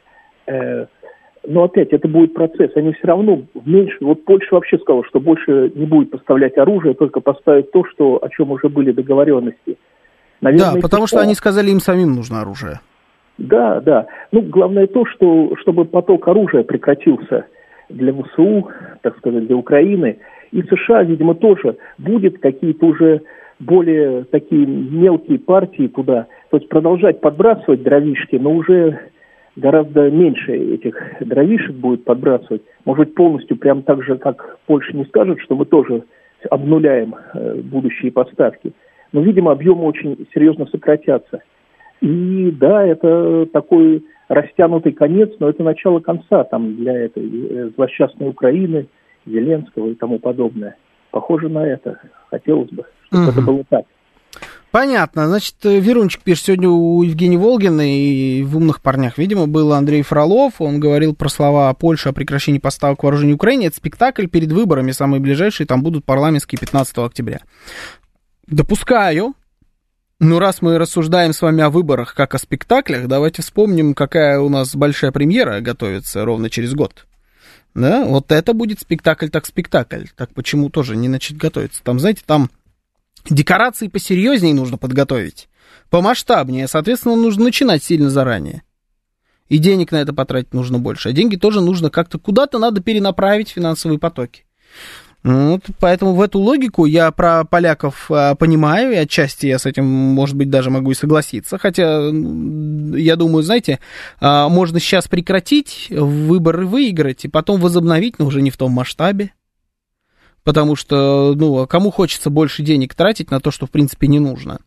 Но опять, это будет процесс. Они все равно меньше... Вот Польша вообще сказала, что больше не будет поставлять оружие, только поставит то, о чем уже были договоренности. Наверное, да, потому что они сказали, им самим нужно оружие. Да, да. Ну, главное то, чтобы поток оружия прекратился для ВСУ, так сказать, для Украины. И США, видимо, тоже будет какие-то уже более такие мелкие партии туда. То есть продолжать подбрасывать дровишки, но уже гораздо меньше этих дровишек будет подбрасывать. Может быть, полностью, прям так же, как Польша не скажет, что мы тоже обнуляем будущие поставки. Но, видимо, объемы очень серьезно сократятся. И да, это такой растянутый конец, но это начало конца там для этой злосчастной Украины, Зеленского и тому подобное. Похоже на это. Хотелось бы, чтобы это было так. Понятно. Значит, Верунчик пишет, сегодня у Евгении Волгиной и в «Умных парнях», видимо, был Андрей Фролов. Он говорил про слова Польши о прекращении поставок вооружений Украине. Это спектакль перед выборами, самые ближайшие, там будут парламентские 15 октября. Допускаю. Но раз мы рассуждаем с вами о выборах как о спектаклях, давайте вспомним, какая у нас большая премьера готовится ровно через год. Да, вот это будет спектакль так спектакль. Так почему тоже не начать готовиться? Там, знаете, там декорации посерьезнее нужно подготовить, помасштабнее, соответственно, нужно начинать сильно заранее. И денег на это потратить нужно больше. А деньги тоже нужно как-то, куда-то надо перенаправить финансовые потоки. Вот, поэтому в эту логику я про поляков понимаю, и отчасти я с этим, может быть, даже могу и согласиться. Хотя, я думаю, знаете, можно сейчас прекратить выборы, выиграть, и потом возобновить, но уже не в том масштабе. Потому что, кому хочется больше денег тратить на то, что, в принципе, не нужно.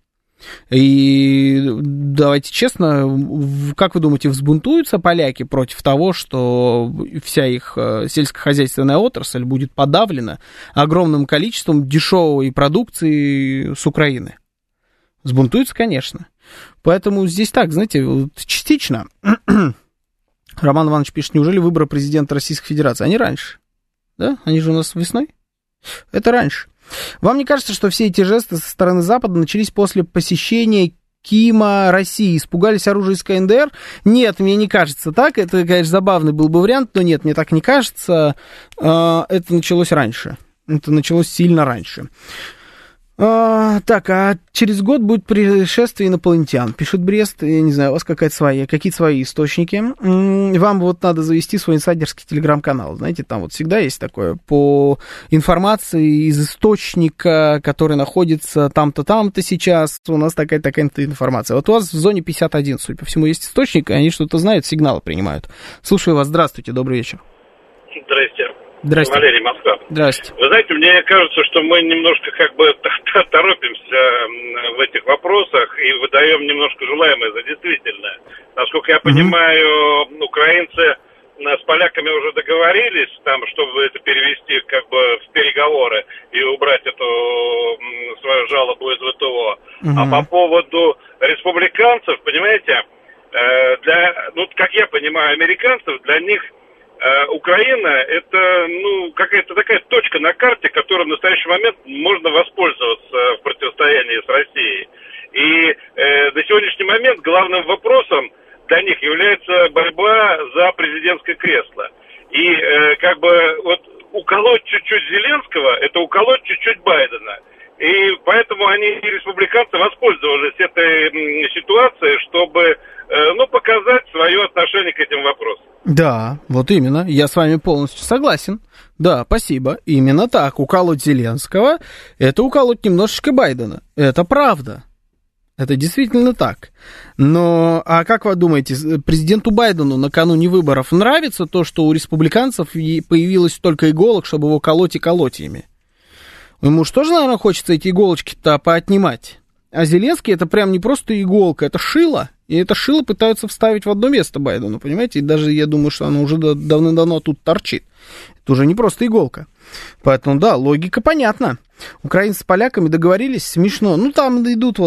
И давайте честно, как вы думаете, взбунтуются поляки против того, что вся их сельскохозяйственная отрасль будет подавлена огромным количеством дешевой продукции с Украины? Взбунтуются, конечно. Поэтому здесь так, знаете, частично. Роман Иванович пишет, неужели выборы президента Российской Федерации? Они раньше. Да? Они же у нас весной. Это раньше. Вам не кажется, что все эти жесты со стороны Запада начались после посещения Кима России? Испугались оружия из КНДР? Нет, мне не кажется так. Это, конечно, забавный был бы вариант, но нет, мне так не кажется. Это началось раньше. Это началось сильно раньше. Так, а через год будет пришествие инопланетян, пишет Брест. Я не знаю, у вас какие-то свои источники. Вам вот надо завести свой инсайдерский телеграм-канал. Знаете, там вот всегда есть такое по информации из источника, который находится там-то, там-то сейчас. У нас такая-то информация. Вот у вас в зоне 51, судя по всему, есть источник, и они что-то знают, сигналы принимают. Слушаю вас, здравствуйте, добрый вечер. Здрасте. Здрасте. Валерий, Москва. Здрасте. Вы знаете, мне кажется, что мы немножко торопимся в этих вопросах и выдаем немножко желаемое за действительное. Насколько я понимаю, украинцы с поляками уже договорились, там, чтобы это перевести в переговоры и убрать эту свою жалобу из ВТО. А по поводу республиканцев, понимаете, как я понимаю, американцев, для них Украина – это какая-то такая точка на карте, которой в настоящий момент можно воспользоваться в противостоянии с Россией. И на сегодняшний момент главным вопросом для них является борьба за президентское кресло. И уколоть чуть-чуть Зеленского – это уколоть чуть-чуть Байдена. И поэтому они, республиканцы, воспользовались этой ситуацией, чтобы показать свое отношение к этим вопросам. Да, вот именно, я с вами полностью согласен. Да, спасибо, именно так. Уколоть Зеленского – это уколоть немножечко Байдена. Это правда. Это действительно так. Но, а как вы думаете, президенту Байдену накануне выборов нравится то, что у республиканцев появилось столько иголок, чтобы его колоть и колоть ими? Ему же тоже, наверное, хочется эти иголочки-то поотнимать. А Зеленский это прям не просто иголка, это шило. И это шило пытаются вставить в одно место Байдену, понимаете? И даже я думаю, что оно уже давным-давно тут торчит. Это уже не просто иголка. Поэтому, да, логика понятна. Украинцы с поляками договорились, смешно. Там идут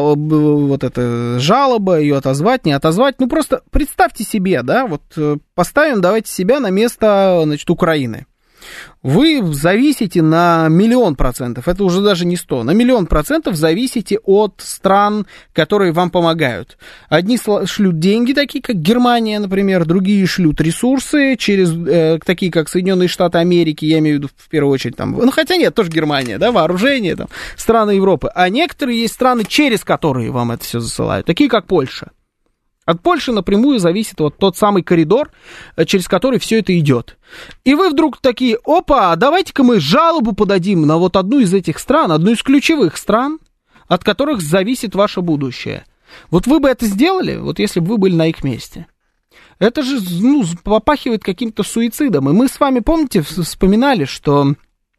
эта жалоба, ее отозвать, не отозвать. Просто представьте себе, да, поставим давайте себя на место, Украины. Вы зависите на 1,000,000%, это уже даже не 100, на 1,000,000% зависите от стран, которые вам помогают. Одни шлют деньги, такие как Германия, например, другие шлют ресурсы через, такие как Соединенные Штаты Америки, я имею в виду в первую очередь, там, ну хотя нет, тоже Германия, да, вооружение, там, страны Европы, а некоторые есть страны, через которые вам это все засылают, такие как Польша. От Польши напрямую зависит вот тот самый коридор, через который все это идет. И вы вдруг такие, опа, давайте-ка мы жалобу подадим на вот одну из этих стран, одну из ключевых стран, от которых зависит ваше будущее. Вот вы бы это сделали, вот если бы вы были на их месте. Это же, ну, попахивает каким-то суицидом. И мы с вами, помните, вспоминали, что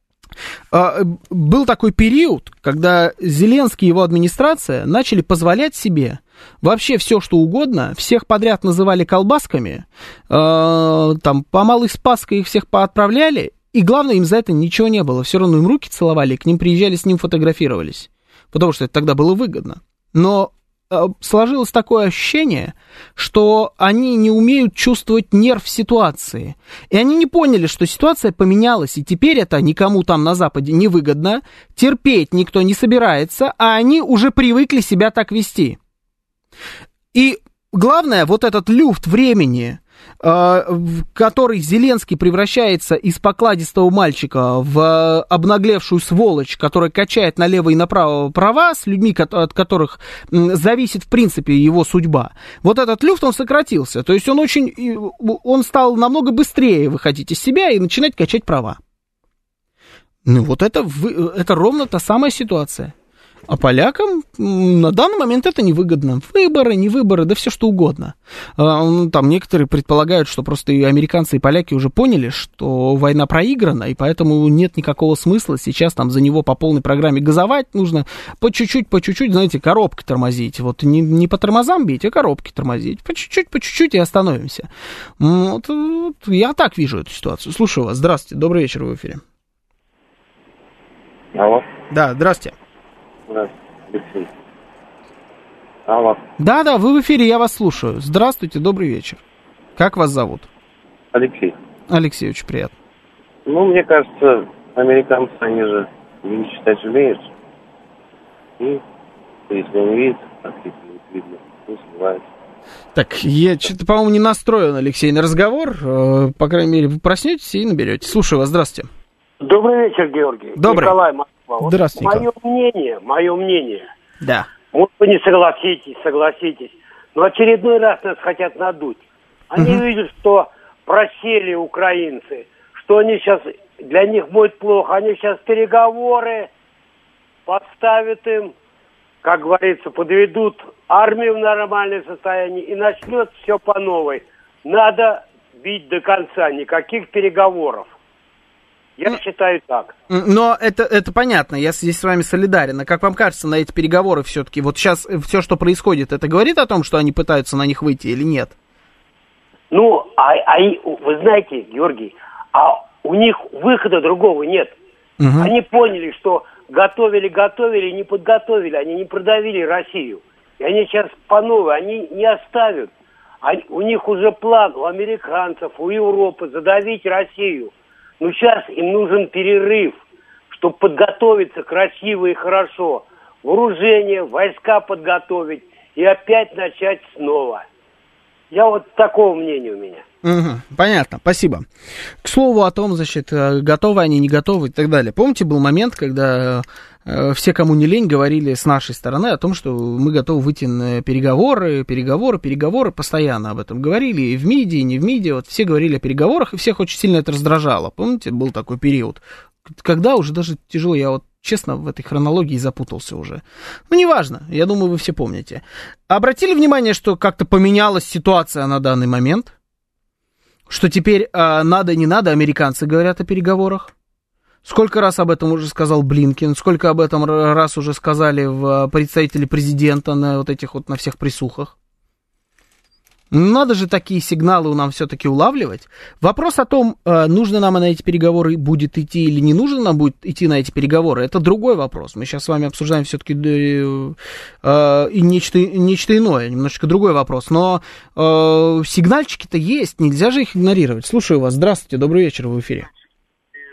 был такой период, когда Зеленский и его администрация начали позволять себе вообще все, что угодно, всех подряд называли колбасками, там по Малой Спасской их всех поотправляли, и главное, им за это ничего не было, все равно им руки целовали, к ним приезжали, с ним фотографировались, потому что это тогда было выгодно. Но сложилось такое ощущение, что они не умеют чувствовать нерв ситуации. И они не поняли, что ситуация поменялась, и теперь это никому там на Западе не выгодно, терпеть никто не собирается, а они уже привыкли себя так вести. И главное, вот этот люфт времени, в который Зеленский превращается из покладистого мальчика в обнаглевшую сволочь, которая качает налево и направо права с людьми, от которых зависит, в принципе, его судьба. Вот этот люфт, он сократился. То есть он стал намного быстрее выходить из себя и начинать качать права. Ну, вот это ровно та самая ситуация. А полякам на данный момент это невыгодно. Выборы, не выборы, да все что угодно. Там некоторые предполагают, что просто и американцы, и поляки уже поняли, что война проиграна, и поэтому нет никакого смысла сейчас там за него по полной программе газовать. Нужно по чуть-чуть, знаете, коробкой тормозить. Вот не по тормозам бить, а коробкой тормозить. По чуть-чуть и остановимся. Вот я так вижу эту ситуацию. Слушаю вас. Здравствуйте. Добрый вечер, в эфире. Алло. Да, здравствуйте. Алексей. Алло. Да, вы в эфире, я вас слушаю. Здравствуйте, добрый вечер. Как вас зовут? Алексей. Алексей, очень приятно. Ну, мне кажется, американцы, они же не читать умеют. И если они видят, как их видно, не сбивают. Так, я что-то, по-моему, не настроен, Алексей, на разговор. По крайней мере, вы проснетесь и наберете. Слушаю вас, здравствуйте. Добрый вечер, Георгий. Добрый. Николай, Москва. Вот здравствуйте. Мое мнение. Да. Может, вы не согласитесь, но очередной раз нас хотят надуть. Они видят, что просели украинцы, что они сейчас, для них будет плохо, они сейчас переговоры подставят им, как говорится, подведут армию в нормальное состояние и начнет все по новой. Надо бить до конца, никаких переговоров. Я считаю так. Но это понятно, я здесь с вами солидарен. А как вам кажется, на эти переговоры все-таки, вот сейчас все, что происходит, это говорит о том, что они пытаются на них выйти или нет? Ну, вы знаете, Георгий, у них выхода другого нет. Они поняли, что готовили, не подготовили, они не продавили Россию. И они сейчас по новой, они не оставят. У них уже план, у американцев, у Европы задавить Россию. Но сейчас им нужен перерыв, чтобы подготовиться красиво и хорошо. Вооружение, войска подготовить и опять начать снова. Я вот такого мнения у меня. Понятно, спасибо. К слову о том, значит, готовы они, не готовы и так далее. Помните, был момент, когда все, кому не лень, говорили с нашей стороны о том, что мы готовы выйти на переговоры, постоянно об этом говорили, и в МИДе, и не в МИДе, вот все говорили о переговорах, и всех очень сильно это раздражало. Помните, был такой период, когда уже даже тяжело, я вот честно в этой хронологии запутался уже. Ну, неважно, я думаю, вы все помните. Обратили внимание, что как-то поменялась ситуация на данный момент? Что теперь надо, не надо, американцы говорят о переговорах? Сколько раз об этом уже сказал Блинкен, сколько об этом раз уже сказали представители президента на вот этих вот, на всех присухах? Надо же такие сигналы нам все-таки улавливать. Вопрос о том, нужно нам на эти переговоры будет идти или не нужно нам будет идти на эти переговоры, это другой вопрос. Мы сейчас с вами обсуждаем все-таки и нечто иное, немножечко другой вопрос. Но сигнальчики-то есть, нельзя же их игнорировать. Слушаю вас, здравствуйте, добрый вечер, вы в эфире.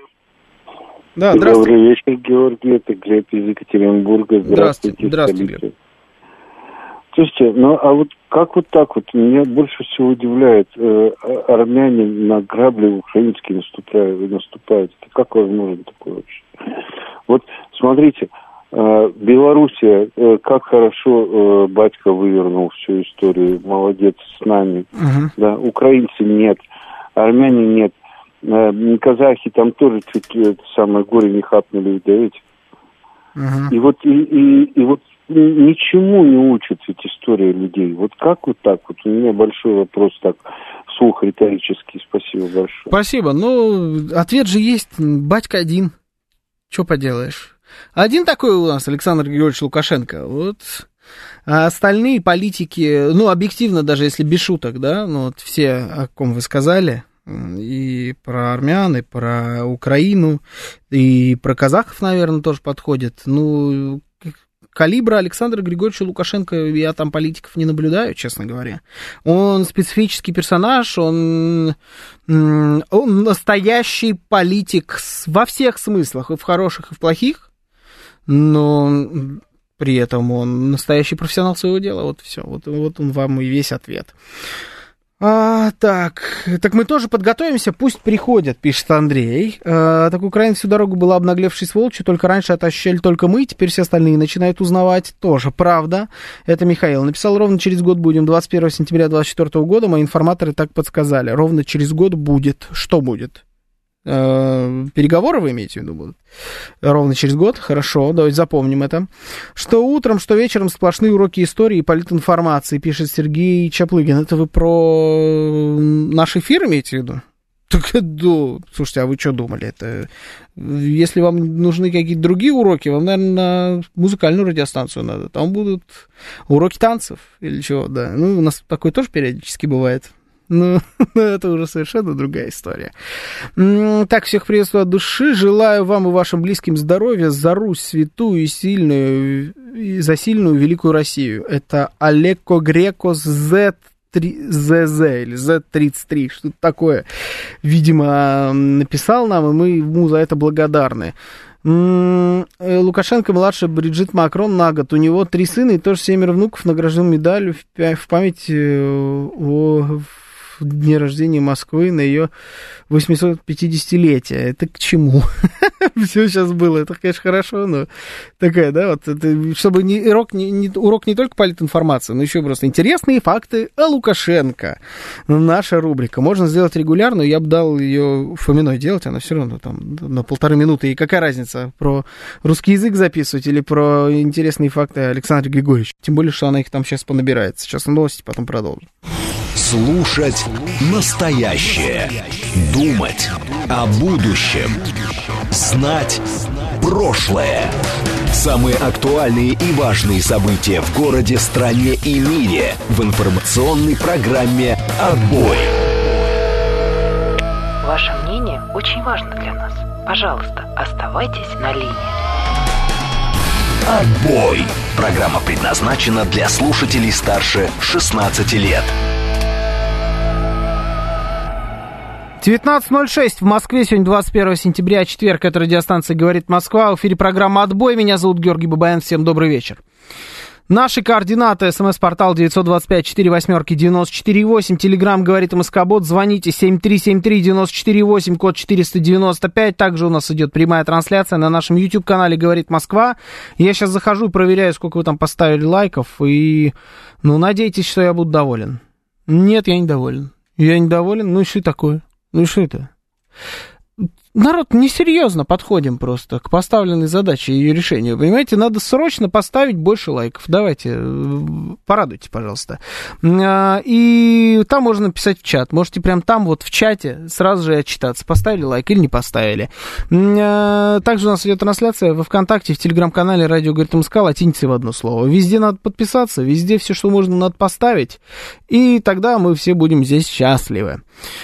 Да, здравствуйте. Добрый вечер, Георгий. Это Глеб из Екатеринбурга. Здравствуйте. Здравствуйте, Глеб. Слушайте, ну а вот как вот так вот? Меня больше всего удивляет, армяне на грабли украинские наступают. Как возможно такое вообще? Вот смотрите, Белоруссия, как хорошо батька вывернул всю историю, молодец с нами. Да, украинцы нет, армяне нет, казахи там тоже чуть самое горе не хапнули, видите? И вот ничему не учат эти истории людей. Вот как вот так вот? У меня большой вопрос так, вслух риторический. Спасибо большое. Спасибо. Ну, ответ же есть. Батька один. Что поделаешь? Один такой у нас Александр Григорьевич Лукашенко. Вот. А остальные политики, ну, объективно, даже если без шуток, да, ну, вот все, о ком вы сказали, и про армян, и про Украину, и про казахов, наверное, тоже подходит. Ну, калибра Александра Григорьевича Лукашенко я там политиков не наблюдаю, честно говоря. Он специфический персонаж, он настоящий политик во всех смыслах, и в хороших, и в плохих, но при этом он настоящий профессионал своего дела. Вот все, вот он вам и весь ответ. Так мы тоже подготовимся, пусть приходят, пишет Андрей. Так Украина всю дорогу была обнаглевшей сволочью, только раньше это ощущали только мы, теперь все остальные начинают узнавать. Тоже правда. Это Михаил написал, ровно через год будем, 21 сентября 2024 года, мои информаторы так подсказали. Ровно через год будет. Что будет? Переговоры вы имеете в виду будут? Ровно через год? Хорошо, давайте запомним это. Что утром, что вечером сплошные уроки истории и политинформации, пишет Сергей Чаплыгин. Это вы про наш эфир имеете в виду? Так, да, слушайте, а вы что думали? Это, если вам нужны какие-то другие уроки, вам, наверное, на музыкальную радиостанцию надо. Там будут уроки танцев или чего, да. Ну, у нас такое тоже периодически бывает. Ну, это уже совершенно другая история. Так, всех приветствую от души. Желаю вам и вашим близким здоровья за Русь святую и сильную, и за сильную великую Россию. Это Олеко Грекос Z3ZZ или Z33, что-то такое, видимо, написал нам, и мы ему за это благодарны. Лукашенко младший Бриджит Макрон на год. У него 3 сына и тоже 7 внуков награжден медалью в память о дне рождения Москвы на ее 850-летие. Это к чему? Все сейчас было. Это, конечно, хорошо, но такая, да, вот это, чтобы урок не только политинформации, но еще просто интересные факты о Лукашенко. Наша рубрика. Можно сделать регулярную, я бы дал ее Фоминой делать, она все равно там на 1,5 минуты. И какая разница, про русский язык записывать или про интересные факты Александра Григорьевича? Тем более, что она их там сейчас понабирает. Сейчас новости, потом продолжим. Слушать настоящее. Думать о будущем. Знать прошлое. Самые актуальные и важные события в городе, стране и мире в информационной программе «Отбой». Ваше мнение очень важно для нас. Пожалуйста, оставайтесь на линии. «Отбой». Программа предназначена для слушателей старше 16 лет. 19:06 в Москве, сегодня 21 сентября, четверг, это радиостанция «Говорит Москва», в эфире программа «Отбой», меня зовут Георгий Бабаян, всем добрый вечер. Наши координаты, смс-портал 925-48-94-8, телеграмм «Говорит МСК-бот», звоните 7373-94-8, код 495, также у нас идет прямая трансляция на нашем YouTube-канале «Говорит Москва». Я сейчас захожу и проверяю, сколько вы там поставили лайков, и, ну, надейтесь, что я буду доволен. Нет, я недоволен. Я недоволен, ну и что такое? Ну и что это? Народ, несерьезно подходим просто к поставленной задаче и ее решению. Понимаете, надо срочно поставить больше лайков. Давайте, порадуйте, пожалуйста. И там можно писать в чат. Можете прям там вот в чате сразу же отчитаться, поставили лайк или не поставили. Также у нас идет трансляция во ВКонтакте, в Телеграм-канале «Радио говорит МСК», латиницей в одно слово. Везде надо подписаться, везде все, что можно, надо поставить. И тогда мы все будем здесь счастливы.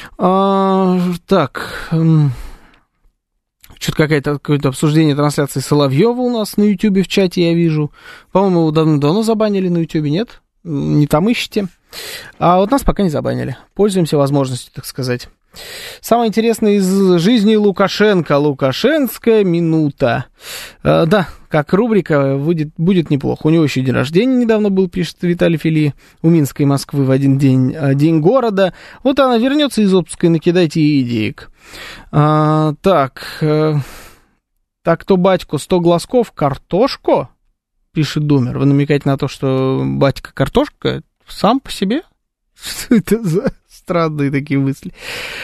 Так... Что-то какое-то обсуждение трансляции Соловьева у нас на Ютьюбе в чате я вижу. По-моему, его давно забанили на Ютьюбе, нет? Не там ищите. А вот нас пока не забанили. Пользуемся возможностью, так сказать. Самое интересное из жизни Лукашенко. Лукашенская минута. Да, как рубрика будет неплохо. У него еще день рождения недавно был, пишет Виталий Фили. У Минска и Москвы в один день день города. Вот она вернется из отпуска и накидайте ей идеек. Так, то батьку 100 глазков, картошку, пишет Думер. Вы намекаете на то, что батька картошка сам по себе? Что это за странные такие мысли?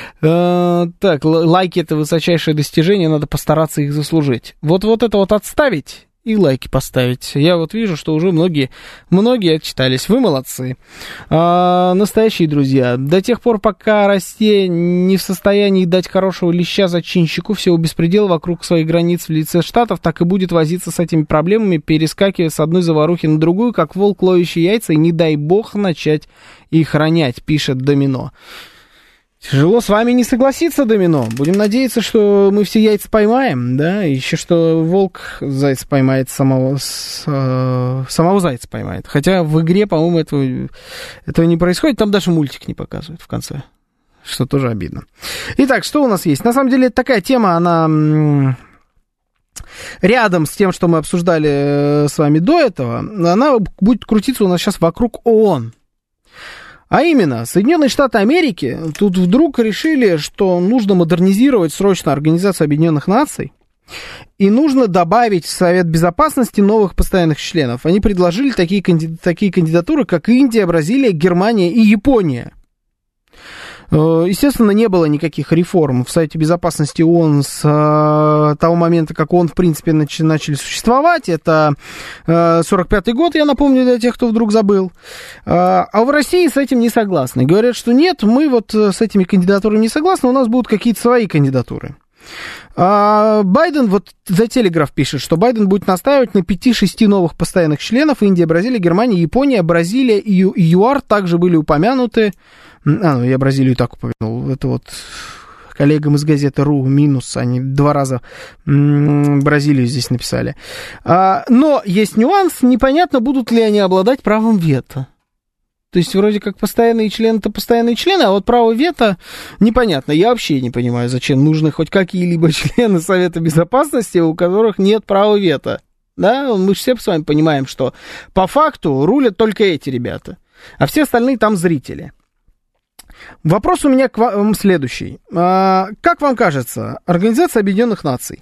Так, лайки — это высочайшее достижение, надо постараться их заслужить. Вот это вот отставить и лайки поставить. Я вот вижу, что уже многие отчитались. Вы молодцы. Настоящие друзья. До тех пор, пока Россия не в состоянии дать хорошего леща зачинщику всего беспредела вокруг своих границ в лице Штатов, так и будет возиться с этими проблемами, перескакивая с одной заварухи на другую, как волк, ловящий яйца, и не дай бог начать их ронять, пишет Домино. Тяжело с вами не согласиться, Домино. Будем надеяться, что мы все яйца поймаем, да, и еще что волк зайца поймает, самого зайца поймает. Хотя в игре, по-моему, этого не происходит, там даже мультик не показывают в конце, что тоже обидно. Итак, что у нас есть? На самом деле, такая тема, она рядом с тем, что мы обсуждали с вами до этого, она будет крутиться у нас сейчас вокруг ООН. А именно, Соединенные Штаты Америки тут вдруг решили, что нужно модернизировать срочно Организацию Объединенных Наций, и нужно добавить в Совет Безопасности новых постоянных членов. Они предложили такие кандидатуры, как Индия, Бразилия, Германия и Япония. Естественно, не было никаких реформ в Совете Безопасности ООН с того момента, как ООН, в принципе, начали существовать. Это 45-й год, я напомню, для тех, кто вдруг забыл. А в России с этим не согласны. Говорят, что нет, мы вот с этими кандидатурами не согласны, у нас будут какие-то свои кандидатуры. Байден, вот The Telegraph пишет, что Байден будет настаивать на 5-6 новых постоянных членов. Индия, Бразилия, Германия, Япония, Бразилия и ЮАР также были упомянуты. Я Бразилию так упомянул. Это вот коллегам из газеты РУ минус. Они 2 раза Бразилию здесь написали. Но есть нюанс. Непонятно, будут ли они обладать правом вето. То есть, вроде как постоянные члены-то постоянные члены, а вот право вето непонятно. Я вообще не понимаю, зачем нужны хоть какие-либо члены Совета Безопасности, у которых нет права вето. Да, мы же все с вами понимаем, что по факту рулят только эти ребята, а все остальные там зрители. Вопрос у меня к вам следующий. Как вам кажется, Организация Объединенных Наций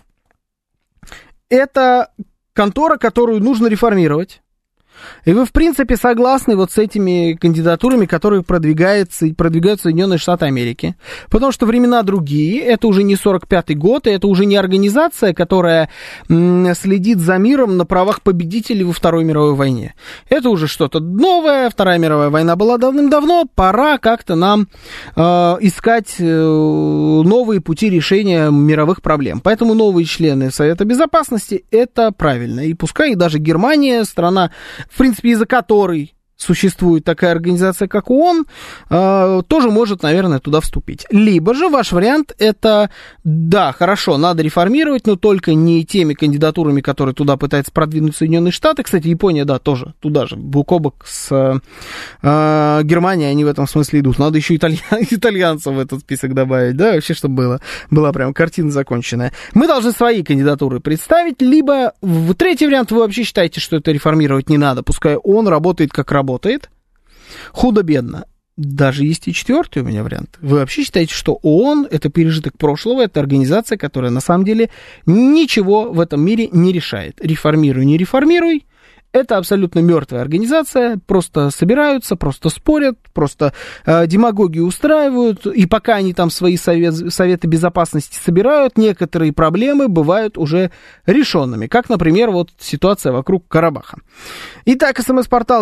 — это контора, которую нужно реформировать? И вы, в принципе, согласны вот с этими кандидатурами, которые продвигают Соединенные Штаты Америки? Потому что времена другие, это уже не 45-й год, и это уже не организация, которая следит за миром на правах победителей во Второй мировой войне. Это уже что-то новое, Вторая мировая война была давным-давно, пора как-то нам искать новые пути решения мировых проблем. Поэтому новые члены Совета Безопасности — это правильно. И пускай даже Германия, страна, в принципе, из-за которой существует такая организация, как ООН, тоже может, наверное, туда вступить. Либо же ваш вариант — это, да, хорошо, надо реформировать, но только не теми кандидатурами, которые туда пытаются продвинуть Соединенные Штаты. Кстати, Япония, да, тоже туда же, бок о бок с Германией, они в этом смысле идут. Надо еще итальянцев в этот список добавить, да, вообще, чтобы была прям картина законченная. Мы должны свои кандидатуры представить, либо в третий вариант вы вообще считаете, что это реформировать не надо, пускай он работает как работает. Худо-бедно. Даже есть и четвертый у меня вариант. Вы вообще считаете, что ООН — это пережиток прошлого, это организация, которая на самом деле ничего в этом мире не решает. Реформируй, не реформируй. Это абсолютно мертвая организация, просто собираются, просто спорят, просто демагогию устраивают, и пока они там свои советы безопасности собирают, некоторые проблемы бывают уже решенными, как, например, вот ситуация вокруг Карабаха. Итак, СМС-портал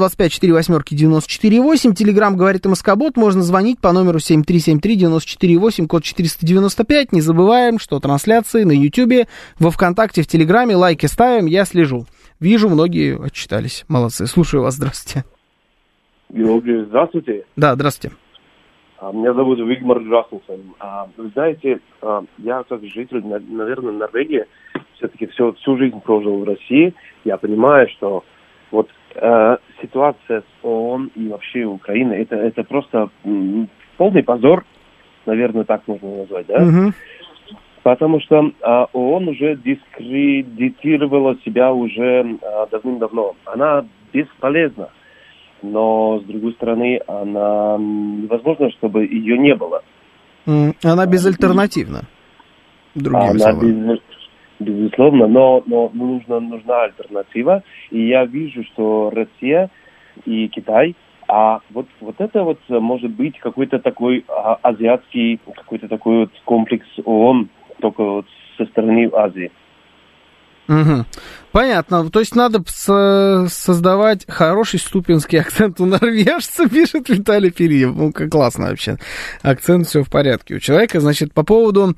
925-48-94-8, Телеграм говорит МСК-бот, можно звонить по номеру 7373-94-8, код 495, не забываем, что трансляции на Ютьюбе, во Вконтакте, в Телеграме, лайки ставим, я слежу. Вижу, многие отчитались. Молодцы. Слушаю вас. Здравствуйте. Георгий, здравствуйте. Да, здравствуйте. Меня зовут Вигмар Грасмуссен. Вы знаете, я как житель, наверное, Норвегии, все-таки всю жизнь прожил в России. Я понимаю, что вот ситуация с ООН и вообще Украиной, это просто полный позор наверное, так можно назвать, да? Потому что ООН уже дискредитировала себя уже давным-давно. Она бесполезна, но, с другой стороны, она невозможно, чтобы ее не было. Она безальтернативна, другими словами. Безусловно, но нужна альтернатива. И я вижу, что Россия и Китай, вот это вот может быть какой-то такой азиатский, какой-то такой вот комплекс ООН, только вот со стороны Азии. Понятно. То есть надо создавать хороший ступинский акцент у норвежца, пишет Виталий Перьев. Ну, как классно вообще. Акцент, все в порядке у человека. Значит, по поводу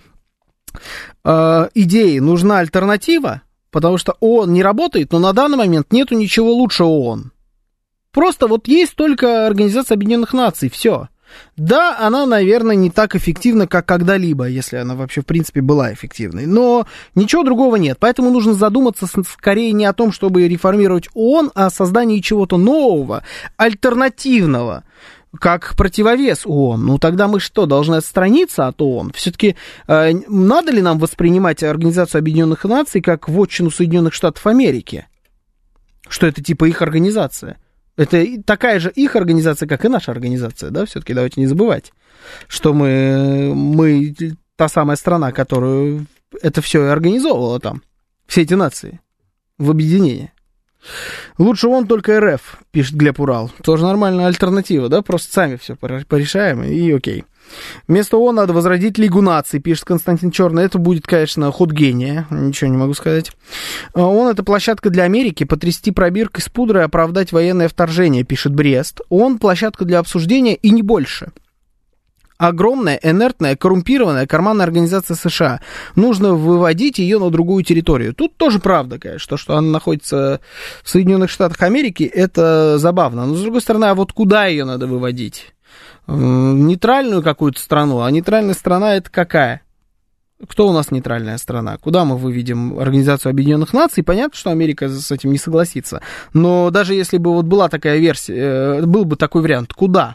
идеи нужна альтернатива, потому что ООН не работает, но на данный момент нету ничего лучше ООН. Просто вот есть только Организация Объединенных Наций, все. Да, она, наверное, не так эффективна, как когда-либо, если она вообще, в принципе, была эффективной. Но ничего другого нет. Поэтому нужно задуматься скорее не о том, чтобы реформировать ООН, а о создании чего-то нового, альтернативного, как противовес ООН. Ну, тогда мы что, должны отстраниться от ООН? Все-таки надо ли нам воспринимать Организацию Объединенных Наций как вотчину Соединенных Штатов Америки? Что это типа их организация? Это такая же их организация, как и наша организация, да? Все-таки давайте не забывать, что мы та самая страна, которую это все и организовывала там, все эти нации в объединении. Лучше он только РФ, пишет Глеб Урал. Тоже нормальная альтернатива, да? Просто сами все порешаем, и окей. Вместо ООН надо возродить Лигу наций, пишет Константин Черный. Это будет, конечно, ход гения, ничего не могу сказать. ООН — это площадка для Америки, потрясти пробиркой с пудрой и оправдать военное вторжение, пишет Брест. ООН — площадка для обсуждения и не больше. Огромная, инертная, коррумпированная карманная организация США. Нужно выводить ее на другую территорию. Тут тоже правда, конечно, что она находится в Соединенных Штатах Америки, это забавно. Но, с другой стороны, а вот куда ее надо выводить? Нейтральную какую-то страну. А нейтральная страна это какая? Кто у нас нейтральная страна? Куда мы выведем Организацию Объединенных Наций? Понятно, что Америка с этим не согласится. Но даже если бы вот была такая версия, был бы такой вариант, куда?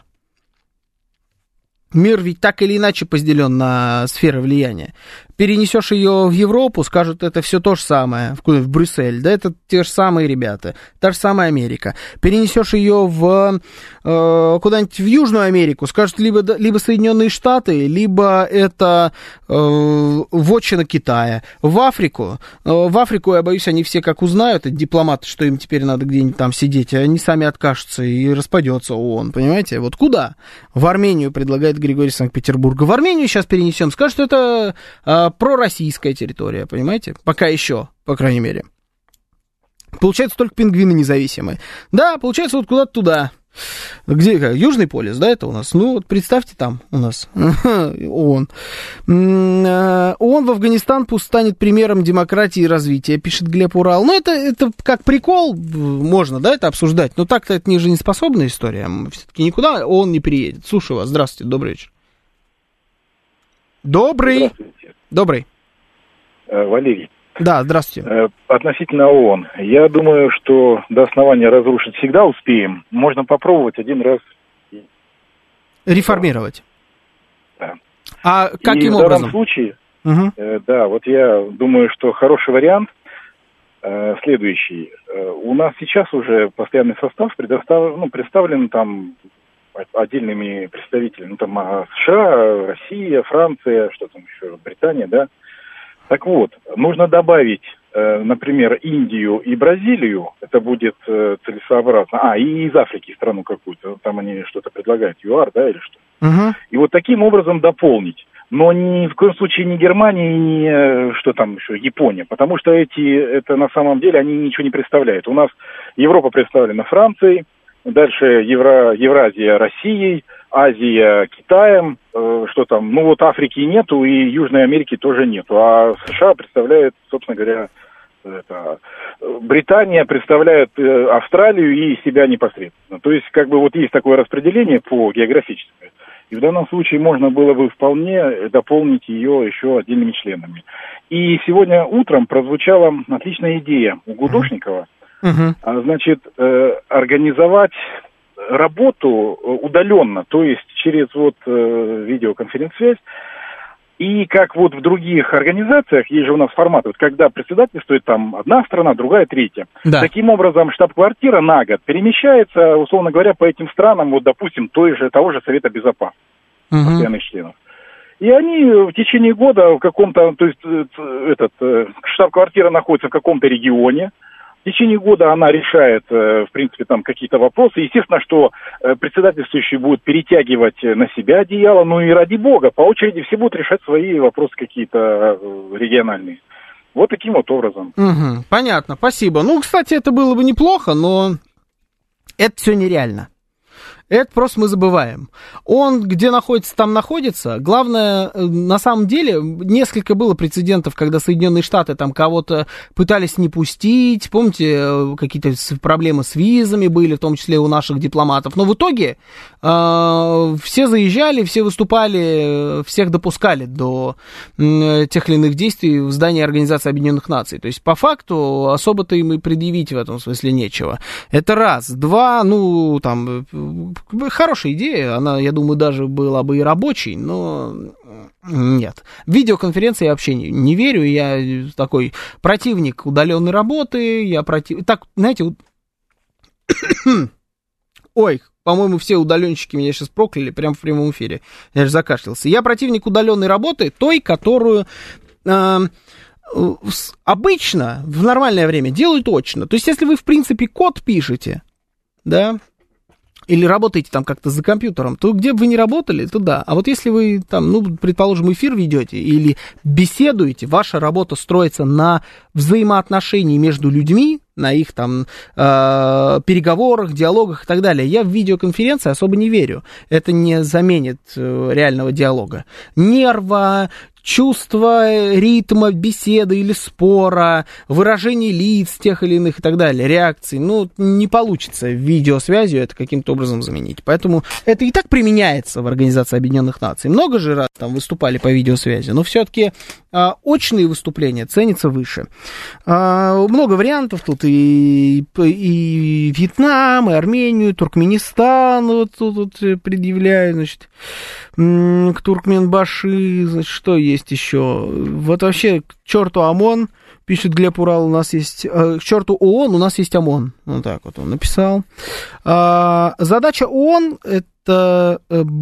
Мир ведь так или иначе разделен на сферы влияния. Перенесешь ее в Европу, скажут, это все то же самое, в Брюссель, да, это те же самые ребята, та же самая Америка. Перенесешь ее куда-нибудь в Южную Америку, скажут, либо Соединенные Штаты, либо это вотчина Китая. В Африку, я боюсь, они все как узнают, это дипломаты, что им теперь надо где-нибудь там сидеть, они сами откажутся и распадется ООН, понимаете? Вот куда? В Армению предлагает Григорий Санкт-Петербурга. В Армению сейчас перенесем, скажут, что это пророссийская территория, понимаете? Пока еще, по крайней мере. Получается, только пингвины независимые. Да, получается, вот куда-то туда. Где, Южный полюс, да, это у нас? Ну, вот представьте, там у нас ООН. ООН в Афганистан пусть станет примером демократии и развития, пишет Глеб Урал. Ну, это как прикол, можно, да, это обсуждать, но так-то это не жизнеспособная история. Все-таки никуда ООН не приедет. Слушаю вас, здравствуйте, добрый вечер. Добрый. Добрый. Валерий. Да, здравствуйте. Относительно ООН. Я думаю, что до основания разрушить всегда успеем. Можно попробовать один раз. Реформировать. Да. А каким образом? В данном случае, да, вот я думаю, что хороший вариант следующий. У нас сейчас уже постоянный состав представлен там отдельными представителями. Ну, там США, Россия, Франция, что там еще, Британия, да. Так вот, нужно добавить, например, Индию и Бразилию, это будет целесообразно. И из Африки страну какую-то, там они что-то предлагают, ЮАР, да, или что. И вот таким образом дополнить. Но ни в коем случае не Германия, ни что там еще, Япония, потому что это на самом деле, они ничего не представляют. У нас Европа представлена Францией, дальше Евразия Россией, Азия Китаем, что там, ну вот Африки нету и Южной Америки тоже нету, а США представляет, собственно говоря, Британия представляет Австралию и себя непосредственно. То есть как бы вот есть такое распределение по географическому, и в данном случае можно было бы вполне дополнить ее еще отдельными членами. И сегодня утром прозвучала отличная идея у Гудошникова, значит, организовать работу удаленно, то есть через вот видеоконференц-связь. И как вот в других организациях, есть же у нас формат, вот когда председательствует там одна страна, другая, третья. Да. Таким образом, штаб-квартира на год перемещается, условно говоря, по этим странам, вот, допустим, того же Совета Безопасности, постоянных членов. И они в течение года в каком-то, то есть штаб-квартира находится в каком-то регионе. В течение года она решает, в принципе, там какие-то вопросы. Естественно, что председательствующий будет перетягивать на себя одеяло, ну и ради бога, по очереди все будут решать свои вопросы какие-то региональные. Вот таким вот образом. Угу, понятно, спасибо. Ну, кстати, это было бы неплохо, но это все нереально. Это просто мы забываем. Он где находится, там находится. Главное, на самом деле, несколько было прецедентов, когда Соединенные Штаты там кого-то пытались не пустить. Помните, какие-то проблемы с визами были, в том числе у наших дипломатов. Но в итоге все заезжали, все выступали, всех допускали до тех или иных действий в здании Организации Объединенных Наций. То есть, по факту, особо-то им и предъявить в этом смысле нечего. Это раз. Два, ну, там... Хорошая идея, она, я думаю, даже была бы и рабочей, но нет. Видеоконференции я вообще не верю, я такой противник удаленной работы, Так, знаете, ой, по-моему, все удаленщики меня сейчас прокляли прямо в прямом эфире, я же закашлялся. Я противник удаленной работы, той, которую... обычно в нормальное время делают очно. То есть, если вы, в принципе, код пишете, да, или работаете там как-то за компьютером, то где бы вы ни работали, то да. А вот если вы там, ну, предположим, эфир ведете или беседуете, ваша работа строится на взаимоотношении между людьми, на их там переговорах, диалогах и так далее. Я в видеоконференции особо не верю. Это не заменит реального диалога. Нерва, чувство ритма беседы или спора, выражение лиц тех или иных и так далее, реакций, ну, не получится видеосвязью это каким-то образом заменить. Поэтому это и так применяется в Организации Объединенных Наций. Много же раз там выступали по видеосвязи, но все-таки очные выступления ценятся выше. Много вариантов тут, и Вьетнам, и Армению, и Туркменистан вот тут предъявляют, значит, к Туркменбаши, значит, что есть еще? Вот вообще, к черту ОМОН, пишет Глеб Урал, у нас есть... К черту ООН, у нас есть ОМОН. Вот так вот он написал. Задача ООН, это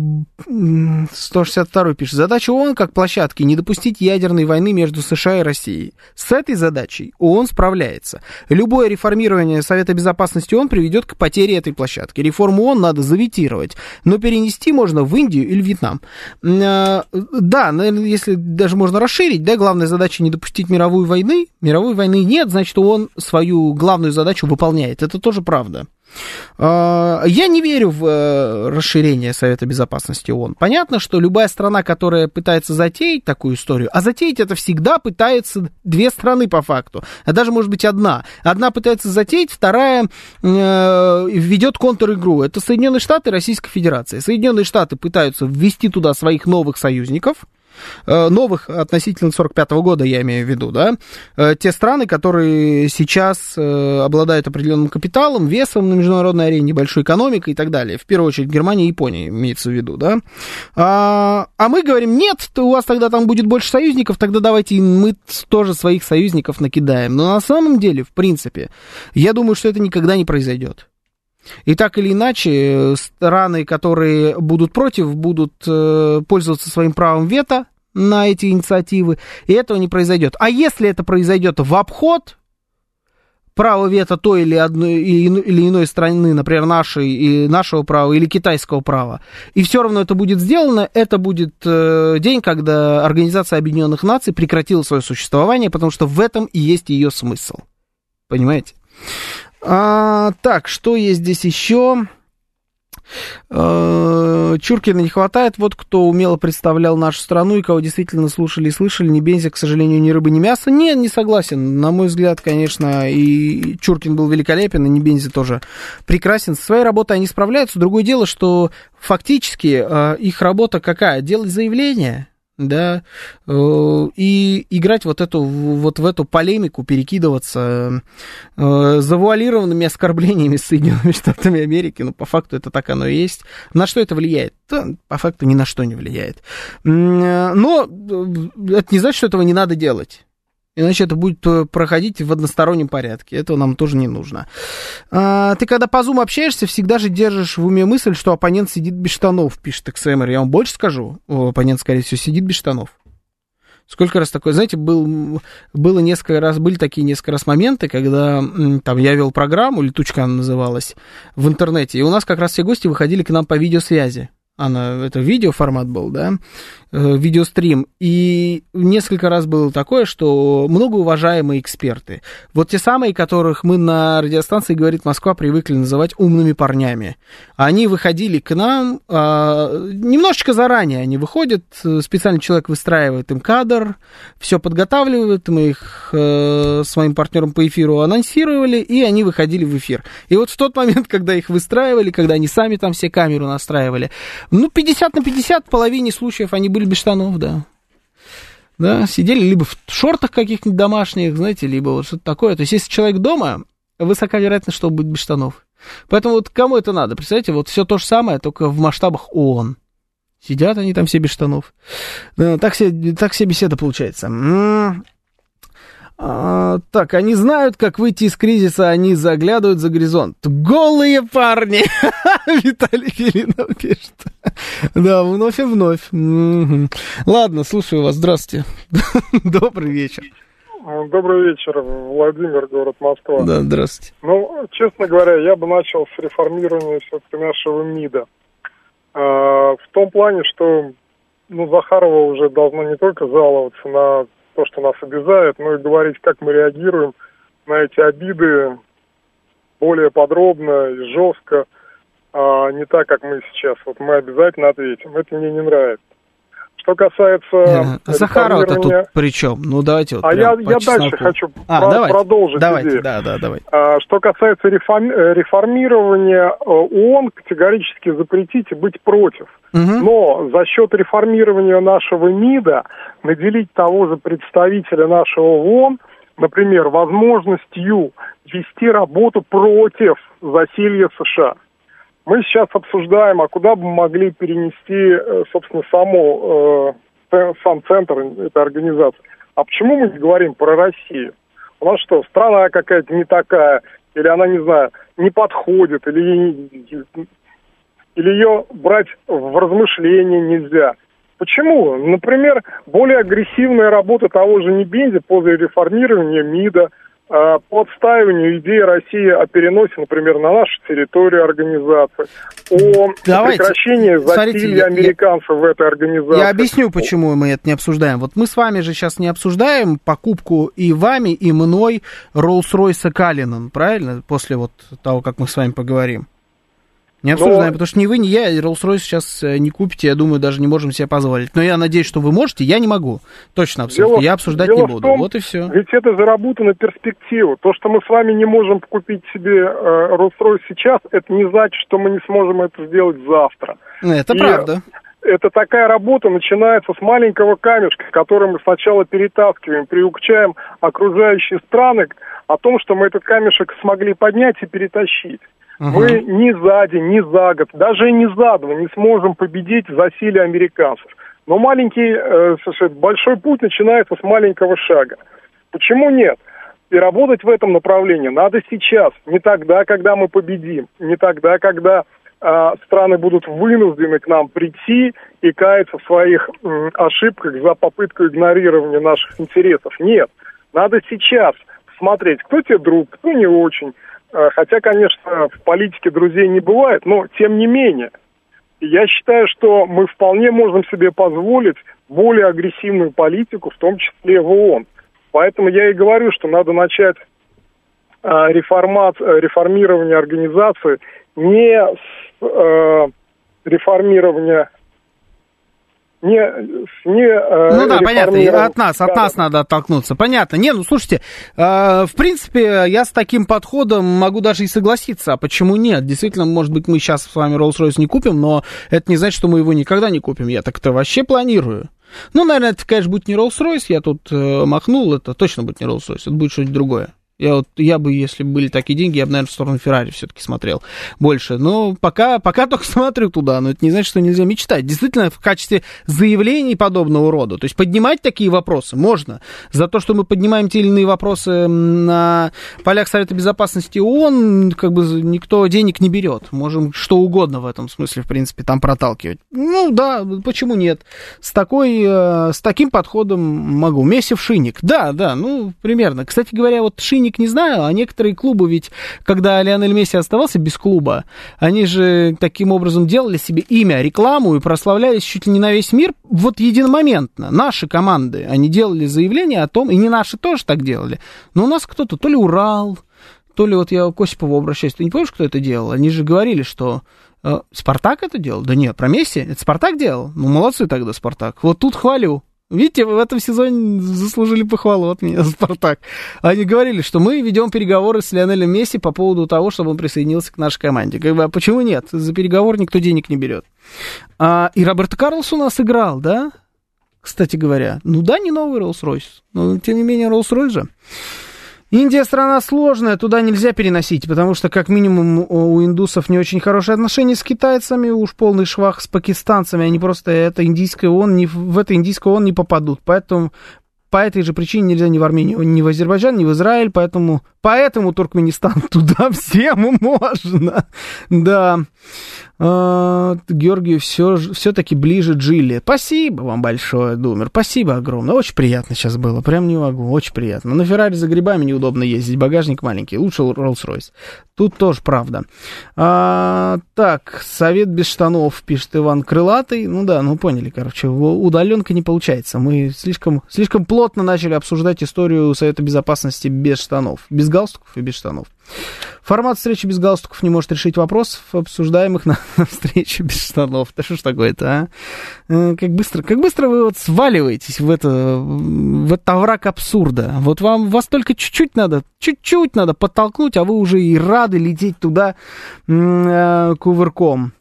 162-й пишет. Задача ООН, как площадки, не допустить ядерной войны между США и Россией. С этой задачей ООН справляется. Любое реформирование Совета Безопасности ООН приведет к потере этой площадки. Реформу ООН надо заветировать, но перенести можно в Индию или Вьетнам. Да, наверное, если даже можно расширить, да, главная задача не допустить мировой войны. Мировой войны нет, значит, ООН свою главную задачу выполняет. Это тоже правда. Я не верю в расширение Совета Безопасности ООН. Понятно, что любая страна, которая пытается затеять такую историю, а затеять это всегда пытаются две страны по факту, а даже, может быть, одна. Одна пытается затеять, вторая ведет контр-игру. Это Соединенные Штаты и Российская Федерация. Соединенные Штаты пытаются ввести туда своих новых союзников, новых относительно 1945 года, я имею в виду, да, те страны, которые сейчас обладают определенным капиталом, весом на международной арене, небольшой экономикой и так далее. В первую очередь Германия и Япония имеется в виду, да. А мы говорим, нет, у вас тогда там будет больше союзников, тогда давайте мы тоже своих союзников накидаем. Но на самом деле, в принципе, я думаю, что это никогда не произойдет. И так или иначе, страны, которые будут против, будут пользоваться своим правом вето на эти инициативы, и этого не произойдет. А если это произойдет в обход права вето той или иной страны, например, нашего права или китайского права, и все равно это будет сделано, это будет день, когда Организация Объединенных Наций прекратила свое существование, потому что в этом и есть ее смысл. Понимаете? Так, что есть здесь еще? Чуркина не хватает. Вот кто умело представлял нашу страну и кого действительно слушали и слышали. Ни Бензя, к сожалению, ни рыбы, ни мяса. Нет, не согласен. На мой взгляд, конечно, и Чуркин был великолепен, и ни Бензя тоже прекрасен. Со своей работой они справляются. Другое дело, что фактически их работа какая? Делать заявления. да, и играть вот в эту полемику, перекидываться завуалированными оскорблениями с Соединенными Штатами Америки, ну, по факту это так оно и есть. На что это влияет? Да, по факту ни на что не влияет. Но это не значит, что этого не надо делать. Иначе это будет проходить в одностороннем порядке. Этого нам тоже не нужно. Ты когда по Zoom общаешься, всегда же держишь в уме мысль, что оппонент сидит без штанов, пишет XMR. Я вам больше скажу. Оппонент, скорее всего, сидит без штанов. Сколько раз такое, знаете, были такие несколько раз моменты, когда там я вел программу, «Летучка» она называлась, в интернете, и у нас как раз все гости выходили к нам по видеосвязи. Это видеоформат был, да, видеострим, и несколько раз было такое, что многоуважаемые эксперты, вот те самые, которых мы на радиостанции «Говорит Москва» привыкли называть умными парнями, они выходили к нам немножечко заранее, они выходят, специальный человек выстраивает им кадр, все подготавливает, мы их с моим партнером по эфиру анонсировали, и они выходили в эфир. И вот в тот момент, когда их выстраивали, когда они сами там все камеру настраивали, 50 на 50, в половине случаев они были без штанов, да. Да, сидели либо в шортах каких-нибудь домашних, знаете, либо вот что-то такое. То есть, если человек дома, высока вероятность, что он будет без штанов. Поэтому вот кому это надо? Представляете, вот все то же самое, только в масштабах ООН. Сидят они там все без штанов. Да, так себе беседа получается. Так, они знают, как выйти из кризиса, они заглядывают за горизонт. Голые парни! Виталий Филинов пишет. Да, вновь и вновь. Ладно, слушаю вас, здравствуйте. Добрый вечер. Добрый вечер, Владимир, город Москва. Да, здравствуйте. Ну, честно говоря, я бы начал с реформирования все-таки нашего МИДа. В том плане, что Захарова уже должна не только жаловаться на то, что нас обижает, но и говорить, как мы реагируем на эти обиды более подробно и жестко, не так, как мы сейчас. Вот мы обязательно ответим. Это мне не нравится. Что касается... Захарова-то тут при чем? Ну, давайте вот я дальше хочу продолжить идею. Давайте. Что касается реформирования ООН, категорически запретить и быть против. Но за счет реформирования нашего МИДа наделить того же представителя нашего ООН, например, возможностью вести работу против засилья США. Мы сейчас обсуждаем, а куда бы мы могли перенести, собственно, сам центр этой организации. А почему мы не говорим про Россию? У нас что, страна какая-то не такая, или она, не знаю, не подходит, или ее брать в размышления нельзя. Почему? Например, более агрессивная работа того же Небензи по реформированию МИДа, по отстаиванию идеи России о переносе, например, на нашу территорию организации, о прекращении засилья американцев в этой организации. Я объясню, почему мы это не обсуждаем. Вот мы с вами же сейчас не обсуждаем покупку и вами, и мной Роллс-Ройса Каллинан, правильно? После вот того, как мы с вами поговорим. Не обсуждаем, потому что ни вы, ни я Роллс-Ройс сейчас не купите, я думаю, даже не можем себе позволить. Но я надеюсь, что вы можете, я не могу. Точно, абсолютно. Я обсуждать не буду. Вот и все. Ведь это заработано перспективу. То, что мы с вами не можем купить себе Роллс-Ройс сейчас, это не значит, что мы не сможем это сделать завтра. Это правда. Это такая работа начинается с маленького камешка, который мы сначала перетаскиваем, приучаем окружающие страны о том, что мы этот камешек смогли поднять и перетащить. Мы ни за день, ни за год, даже и не за два не сможем победить засилье американцев. Но большой путь начинается с маленького шага. Почему нет? И работать в этом направлении надо сейчас, не тогда, когда мы победим, не тогда, когда страны будут вынуждены к нам прийти и каяться в своих ошибках за попытку игнорирования наших интересов. Нет, надо сейчас смотреть, кто тебе друг, кто не очень. Хотя, конечно, в политике друзей не бывает, но тем не менее. Я считаю, что мы вполне можем себе позволить более агрессивную политику, в том числе в ООН. Поэтому я и говорю, что надо начать реформирование организации не с реформирования... понятно, от нас надо оттолкнуться. Понятно. Слушайте, в принципе, я с таким подходом могу даже и согласиться. А почему нет? Действительно, может быть, мы сейчас с вами Rolls-Royce не купим, но это не значит, что мы его никогда не купим. Я так-то вообще планирую. Ну, наверное, это, конечно, будет не Rolls-Royce, я тут махнул, это точно будет не Rolls-Royce, это будет что-нибудь другое. Я бы, если бы были такие деньги, я бы, наверное, в сторону Феррари все-таки смотрел больше. Но пока только смотрю туда, но это не значит, что нельзя мечтать. Действительно, в качестве заявлений подобного рода, то есть поднимать такие вопросы можно. За то, что мы поднимаем те или иные вопросы на полях Совета Безопасности ООН, как бы никто денег не берет. Можем что угодно в этом смысле, в принципе, там проталкивать. Ну да, почему нет? С таким подходом могу. Мессив, Шинник. Да, ну, примерно. Кстати говоря, вот Шинник не знаю, а некоторые клубы ведь, когда Лионель Месси оставался без клуба, они же таким образом делали себе имя, рекламу и прославлялись чуть ли не на весь мир вот единомоментно. Наши команды, они делали заявление о том, и не наши тоже так делали, но у нас кто-то, то ли Урал, то ли вот я к Осипову обращаюсь, ты не помнишь, кто это делал? Они же говорили, что Спартак это делал? Да нет, про Месси, это Спартак делал? Ну, молодцы тогда, Спартак. Вот тут хвалю. Видите, в этом сезоне заслужили похвалу от меня, Спартак. Они говорили, что мы ведем переговоры с Лионелем Месси по поводу того, чтобы он присоединился к нашей команде. Как бы, а почему нет? За переговор никто денег не берет. И Роберто Карлос у нас играл, да? Кстати говоря. Ну да, не новый Rolls-Royce, но тем не менее Rolls-Royce же. Индия страна сложная, туда нельзя переносить, потому что, как минимум, у индусов не очень хорошие отношения с китайцами, уж полный швах с пакистанцами, они просто в это индийское ООН не попадут, поэтому по этой же причине нельзя ни в Армению, ни в Азербайджан, ни в Израиль, поэтому Туркменистан туда всем можно, да. Георгию все-таки ближе Джилли. Спасибо вам большое, Думер. Спасибо огромное. Очень приятно сейчас было. Прям не могу. Очень приятно. На Феррари за грибами неудобно ездить. Багажник маленький. Лучше Rolls-Royce. Тут тоже правда. Так, совет без штанов, пишет Иван Крылатый. Ну да, поняли, короче. Удаленка не получается. Мы слишком плотно начали обсуждать историю Совета Безопасности без штанов. Без галстуков и без штанов. Формат встречи без галстуков не может решить вопросов, обсуждаемых на встрече без штанов. Да что ж такое-то, а? Как быстро вы вот сваливаетесь в этот овраг абсурда. Вот вас только чуть-чуть надо подтолкнуть, а вы уже и рады лететь туда кувырком.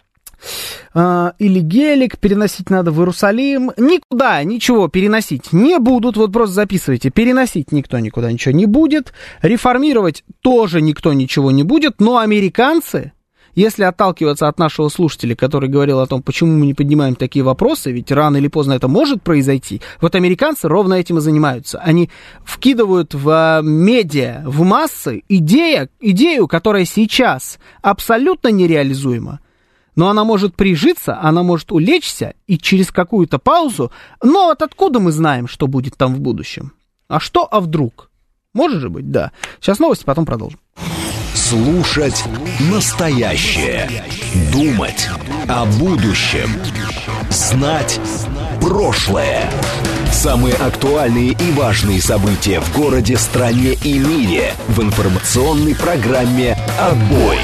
Или гелик переносить надо в Иерусалим. Никуда ничего переносить не будут. Вот просто записывайте. Переносить никто никуда ничего не будет. Реформировать тоже никто ничего не будет. Но американцы, если отталкиваться от нашего слушателя, который говорил о том, почему мы не поднимаем такие вопросы, ведь рано или поздно это может произойти, вот американцы ровно этим и занимаются. Они вкидывают в медиа, в массы идею, которая сейчас абсолютно нереализуема. Но она может прижиться, она может улечься, и через какую-то паузу... Но вот откуда мы знаем, что будет там в будущем? А вдруг? Может же быть, да. Сейчас новости, потом продолжим. Слушать настоящее. Думать о будущем. Знать прошлое. Самые актуальные и важные события в городе, стране и мире в информационной программе «Отбой».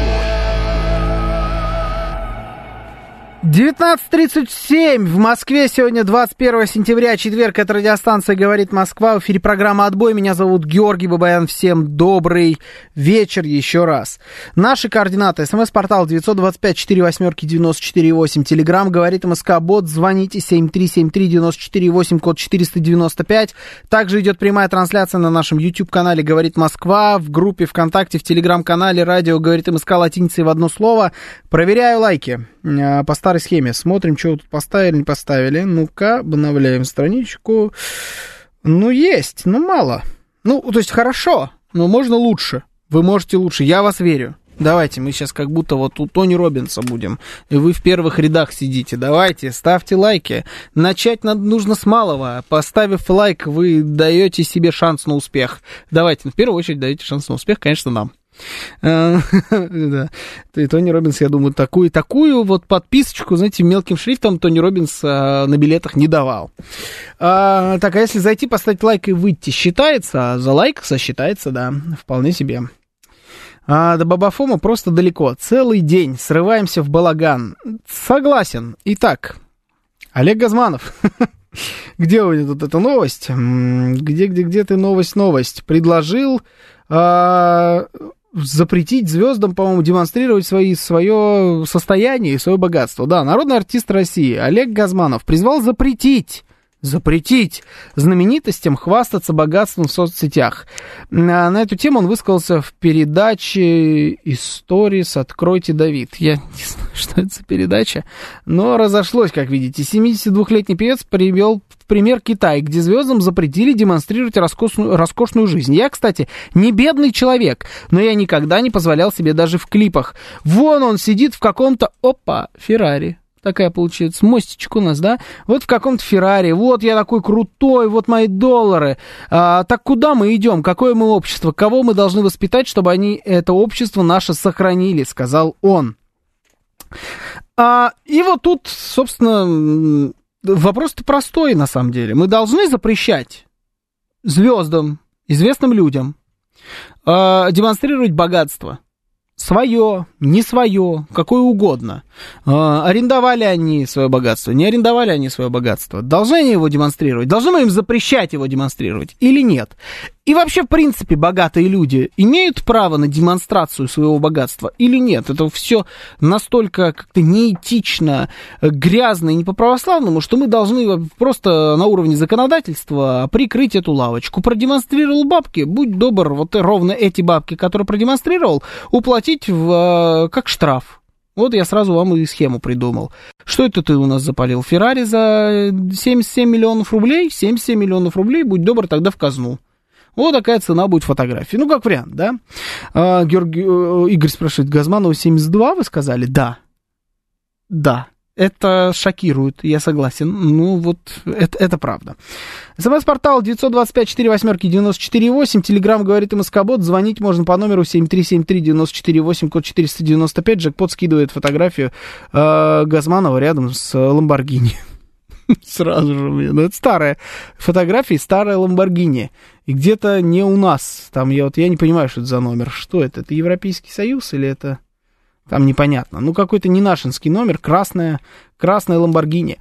19:37 в Москве. Сегодня 21 сентября, четверг. Это радиостанция «Говорит Москва». В эфире программа «Отбой». Меня зовут Георгий Бабаян. Всем добрый вечер еще раз. Наши координаты. СМС-портал 925-48-94-8. Телеграм «Говорит МСК». Бот. Звоните 7373-94-8, код 495. Также идет прямая трансляция на нашем YouTube-канале «Говорит Москва», в группе ВКонтакте, в Телеграм-канале «Радио Говорит МСК» латиницей в одно слово. Проверяю лайки по старой схеме. Смотрим, что тут поставили, не поставили. Ну-ка, обновляем страничку. Есть, мало. То есть хорошо, но можно лучше. Вы можете лучше, я вас верю. Давайте, мы сейчас как будто вот у Тони Роббинса будем. И вы в первых рядах сидите. Давайте, ставьте лайки. Начать нужно с малого. Поставив лайк, вы даете себе шанс на успех. Давайте, в первую очередь даете шанс на успех, конечно, нам. Да. И Тони Роббинс, я думаю, такую вот подписочку, знаете, мелким шрифтом Тони Роббинс на билетах не давал. А если зайти, поставить лайк и выйти, считается? А за лайк засчитается, да, вполне себе. До Баба Фома просто далеко. Целый день срываемся в балаган. Согласен. Итак, Олег Газманов. Где у меня тут эта новость? Где ты новость? Предложил запретить звездам, по-моему, демонстрировать свое состояние и свое богатство. Да, народный артист России Олег Газманов призвал запретить знаменитостям хвастаться богатством в соцсетях. На эту тему он высказался в передаче «Историс. Откройте, Давид». Я не знаю, что это за передача, но разошлось, как видите. 72-летний певец привел в пример Китай, где звездам запретили демонстрировать роскошную жизнь. Я, кстати, не бедный человек, но я никогда не позволял себе даже в клипах. Вон он сидит в каком-то, Феррари. Такая получается, мостичек у нас, да? Вот в каком-то Феррари, вот я такой крутой, вот мои доллары. Так куда мы идем? Какое мы общество? Кого мы должны воспитать, чтобы они это общество наше сохранили, сказал он. И вот тут, собственно, вопрос-то простой на самом деле. Мы должны запрещать звездам, известным людям демонстрировать богатство. Свое, не свое, какое угодно. Арендовали они свое богатство, не арендовали они свое богатство. Должны они его демонстрировать? Должны мы им запрещать его демонстрировать или нет? И вообще, в принципе, богатые люди имеют право на демонстрацию своего богатства или нет? Это все настолько как-то неэтично, грязно и не по-православному, что мы должны просто на уровне законодательства прикрыть эту лавочку. Продемонстрировал бабки, будь добр, вот ровно эти бабки, которые продемонстрировал, уплатить как штраф. Вот я сразу вам и схему придумал. Что это ты у нас запалил? Феррари за 77 миллионов рублей? 77 миллионов рублей, будь добр, тогда в казну. Вот такая цена будет фотографии. Ну, как вариант, да? Игорь спрашивает, Газманову 72, вы сказали? Да. Да. Это шокирует, я согласен. Ну, вот, это правда. СМС-портал 925-48-94-8. Телеграм говорит МСК-бот. Звонить можно по номеру 7373-94-8, код 495. Джекпот скидывает фотографию Газманова рядом с Ламборгини. Сразу же мне. Ну, это старая фотография, старая Ламборгини. И где-то не у нас. Там я не понимаю, что это за номер. Что это? Это Европейский Союз или это... Там непонятно. Ну, какой-то не нашинский номер. Красная Ламборгини.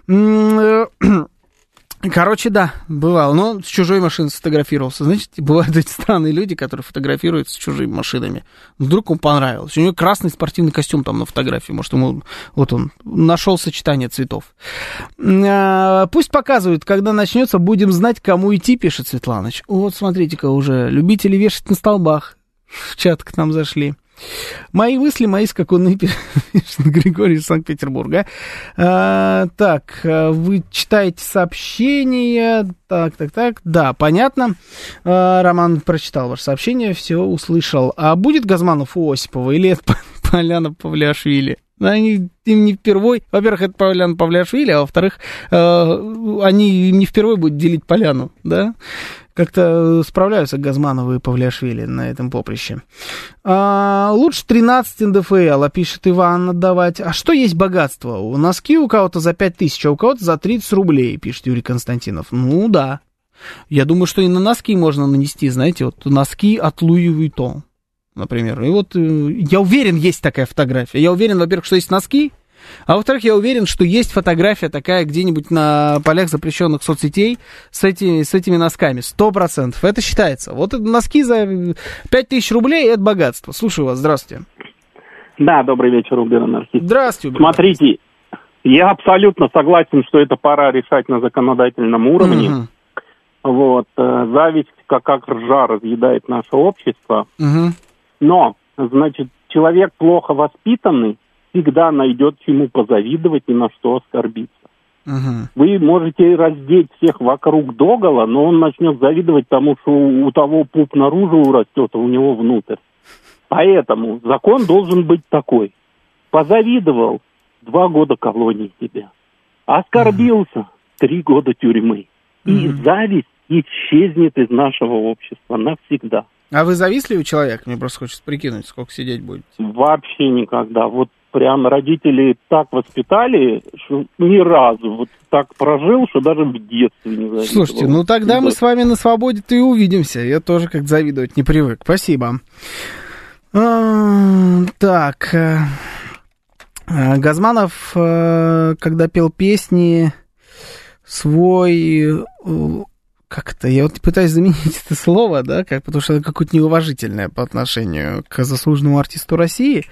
Короче, да, бывало. Но с чужой машиной сфотографировался. Знаете, бывают эти странные люди, которые фотографируются с чужими машинами. Вдруг ему понравилось. У него красный спортивный костюм там на фотографии. Может, ему... Вот он нашел сочетание цветов. Пусть показывают, когда начнется, будем знать, кому идти, пишет Светланыч. Вот, смотрите-ка, уже любители вешать на столбах в чат к нам зашли. Мои мысли, мои скакуны, пишет Григорий из Санкт-Петербурга. Так, вы читаете сообщения. Так. Да, понятно. Роман прочитал ваше сообщение, все услышал. А будет Газманов у Осипова или это Поляна Павлиашвили? Им не впервой. Во-первых, это Поляна Павлиашвили, а во-вторых, они им не впервой будут делить поляну, да? Как-то справляются Газмановы и Павлиашвили на этом поприще. Лучше 13 НДФЛ, пишет Иван, отдавать. А что есть богатство? Носки у кого-то за 5000, а у кого-то за 30 рублей, пишет Юрий Константинов. Ну да. Я думаю, что и на носки можно нанести, знаете, вот носки от Луи Вуиттон, например. И вот я уверен, есть такая фотография. Я уверен, во-первых, что есть носки. А во-вторых, я уверен, что есть фотография такая где-нибудь на полях запрещенных соцсетей с этими носками. 100%. Это считается. Вот носки за 5000 рублей – это богатство. Слушаю вас. Здравствуйте. Да, добрый вечер, Убер-анархист. Здравствуйте. Смотрите, я абсолютно согласен, что это пора решать на законодательном уровне. Угу. Вот. Зависть, как ржа, разъедает наше общество. Угу. Но, значит, человек плохо воспитанный всегда найдет чему позавидовать и на что оскорбиться. Вы можете раздеть всех вокруг догола, но он начнет завидовать тому, что у того пуп наружу растет, а у него внутрь. Поэтому закон должен быть такой. Позавидовал, 2 года колонии тебе. Оскорбился, 3 года тюрьмы. И зависть исчезнет из нашего общества навсегда. А вы завистливый человек? Мне просто хочется прикинуть, сколько сидеть будете. Вообще никогда. Вот прям родители так воспитали, что ни разу вот так прожил, что даже в детстве не завидовал. Слушайте, ну тогда мы с вами на свободе-то и увидимся. Я тоже как завидовать не привык. Спасибо. Так. Газманов, когда пел песни, свой как-то, я вот пытаюсь заменить это слово, да, потому что это какое-то неуважительное по отношению к заслуженному артисту России,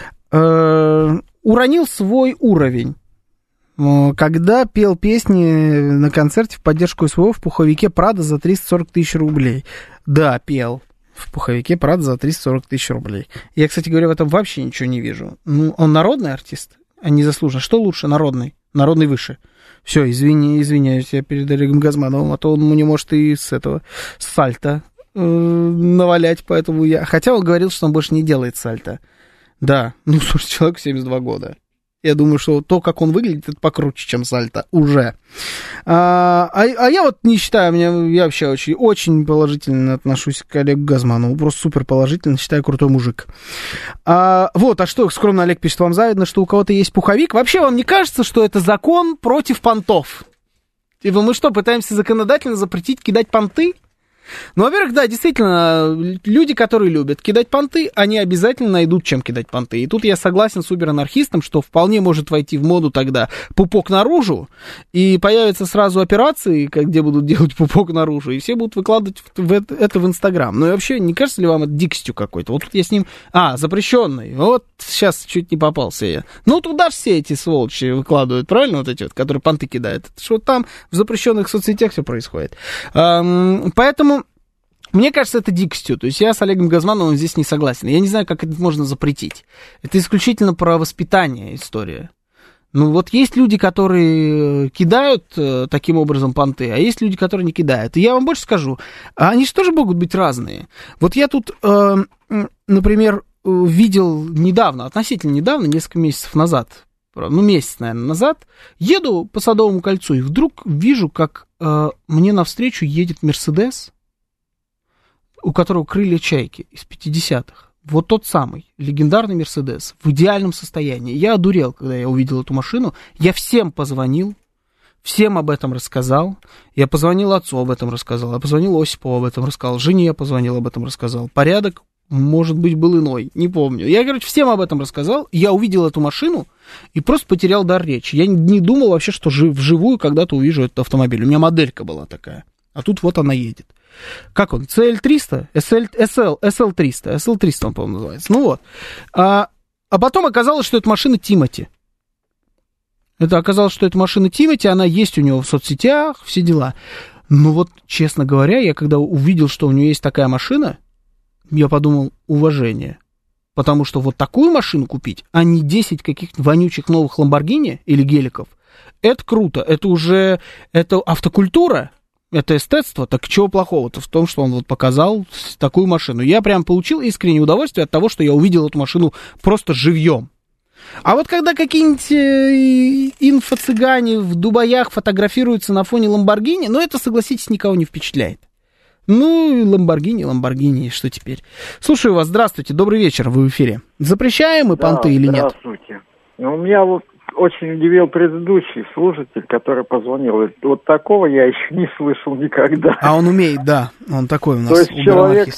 уронил свой уровень, когда пел песни на концерте в поддержку СВО в пуховике Прада за 340 тысяч рублей. Да, пел в пуховике Прада за 340 тысяч рублей. Я, кстати говоря, в этом вообще ничего не вижу. Ну, он народный артист, а не заслуженный. Что лучше, народный? Народный выше. Все, извиняюсь я перед Олегом Газмановым, а то он мне может и с сальто навалять, поэтому я... Хотя он говорил, что он больше не делает сальто. Да, ну, слушай, человеку 72 года. Я думаю, что то, как он выглядит, это покруче, чем сальто. Уже. А я вот не считаю, я вообще очень, очень положительно отношусь к Олегу Газманову. Просто супер положительно, считаю, крутой мужик. Вот, а что, скромно Олег пишет, вам завидно, что у кого-то есть пуховик? Вообще, вам не кажется, что это закон против понтов? Типа, мы что, пытаемся законодательно запретить кидать понты? Ну, во-первых, да, действительно, люди, которые любят кидать понты, они обязательно найдут, чем кидать понты. И тут я согласен с убер-анархистом, что вполне может войти в моду тогда пупок наружу, и появятся сразу операции, где будут делать пупок наружу, и все будут выкладывать это в Инстаграм. Ну и вообще, не кажется ли вам это дикостью какой-то? Вот тут я с ним... запрещенный. Вот сейчас чуть не попался я. Ну, туда все эти сволочи выкладывают, правильно, вот эти вот, которые понты кидают? Это что там в запрещенных соцсетях все происходит. Поэтому... Мне кажется, это дикостью. То есть я с Олегом Газмановым здесь не согласен. Я не знаю, как это можно запретить. Это исключительно про воспитание история. Ну, вот есть люди, которые кидают таким образом понты, а есть люди, которые не кидают. И я вам больше скажу, они же тоже могут быть разные. Вот я тут, например, видел недавно, относительно недавно, несколько месяцев назад, ну, месяц, наверное, назад, еду по Садовому кольцу, и вдруг вижу, как мне навстречу едет Мерседес, у которого крылья чайки из 50-х. Вот тот самый легендарный Мерседес в идеальном состоянии. Я одурел, когда я увидел эту машину. Я всем позвонил, всем об этом рассказал. Я позвонил отцу, об этом рассказал. Я позвонил Осипову, об этом рассказал. Жене позвонил, об этом рассказал. Порядок, может быть, был иной, не помню. Я, короче, всем об этом рассказал. Я увидел эту машину и просто потерял дар речи. Я не думал вообще, что вживую когда-то увижу этот автомобиль. У меня моделька была такая. А тут вот она едет. Как он? CL300? SL300. SL300 он, по-моему, называется. Ну вот. А потом оказалось, что это машина Тимати. Это оказалось, что это машина Тимати, она есть у него в соцсетях, все дела. Но вот, честно говоря, я когда увидел, что у него есть такая машина, я подумал, уважение. Потому что вот такую машину купить, а не 10 каких-то вонючих новых Ламборгини или геликов, это круто. Это уже, это автокультура. Это эстетство, так чего плохого-то в том, что он вот показал такую машину? Я прям получил искреннее удовольствие от того, что я увидел эту машину просто живьем. А вот когда какие-нибудь инфо-цыгане в Дубаях фотографируются на фоне Ламборгини, ну это, согласитесь, никого не впечатляет. Ну, Ламборгини, что теперь? Слушаю вас, здравствуйте, добрый вечер, вы в эфире. Запрещаем мы понты или нет? Здравствуйте. У меня вот очень удивил предыдущий слушатель, который позвонил. Вот такого я еще не слышал никогда. А он умеет, да. Он такой у нас. То есть человек...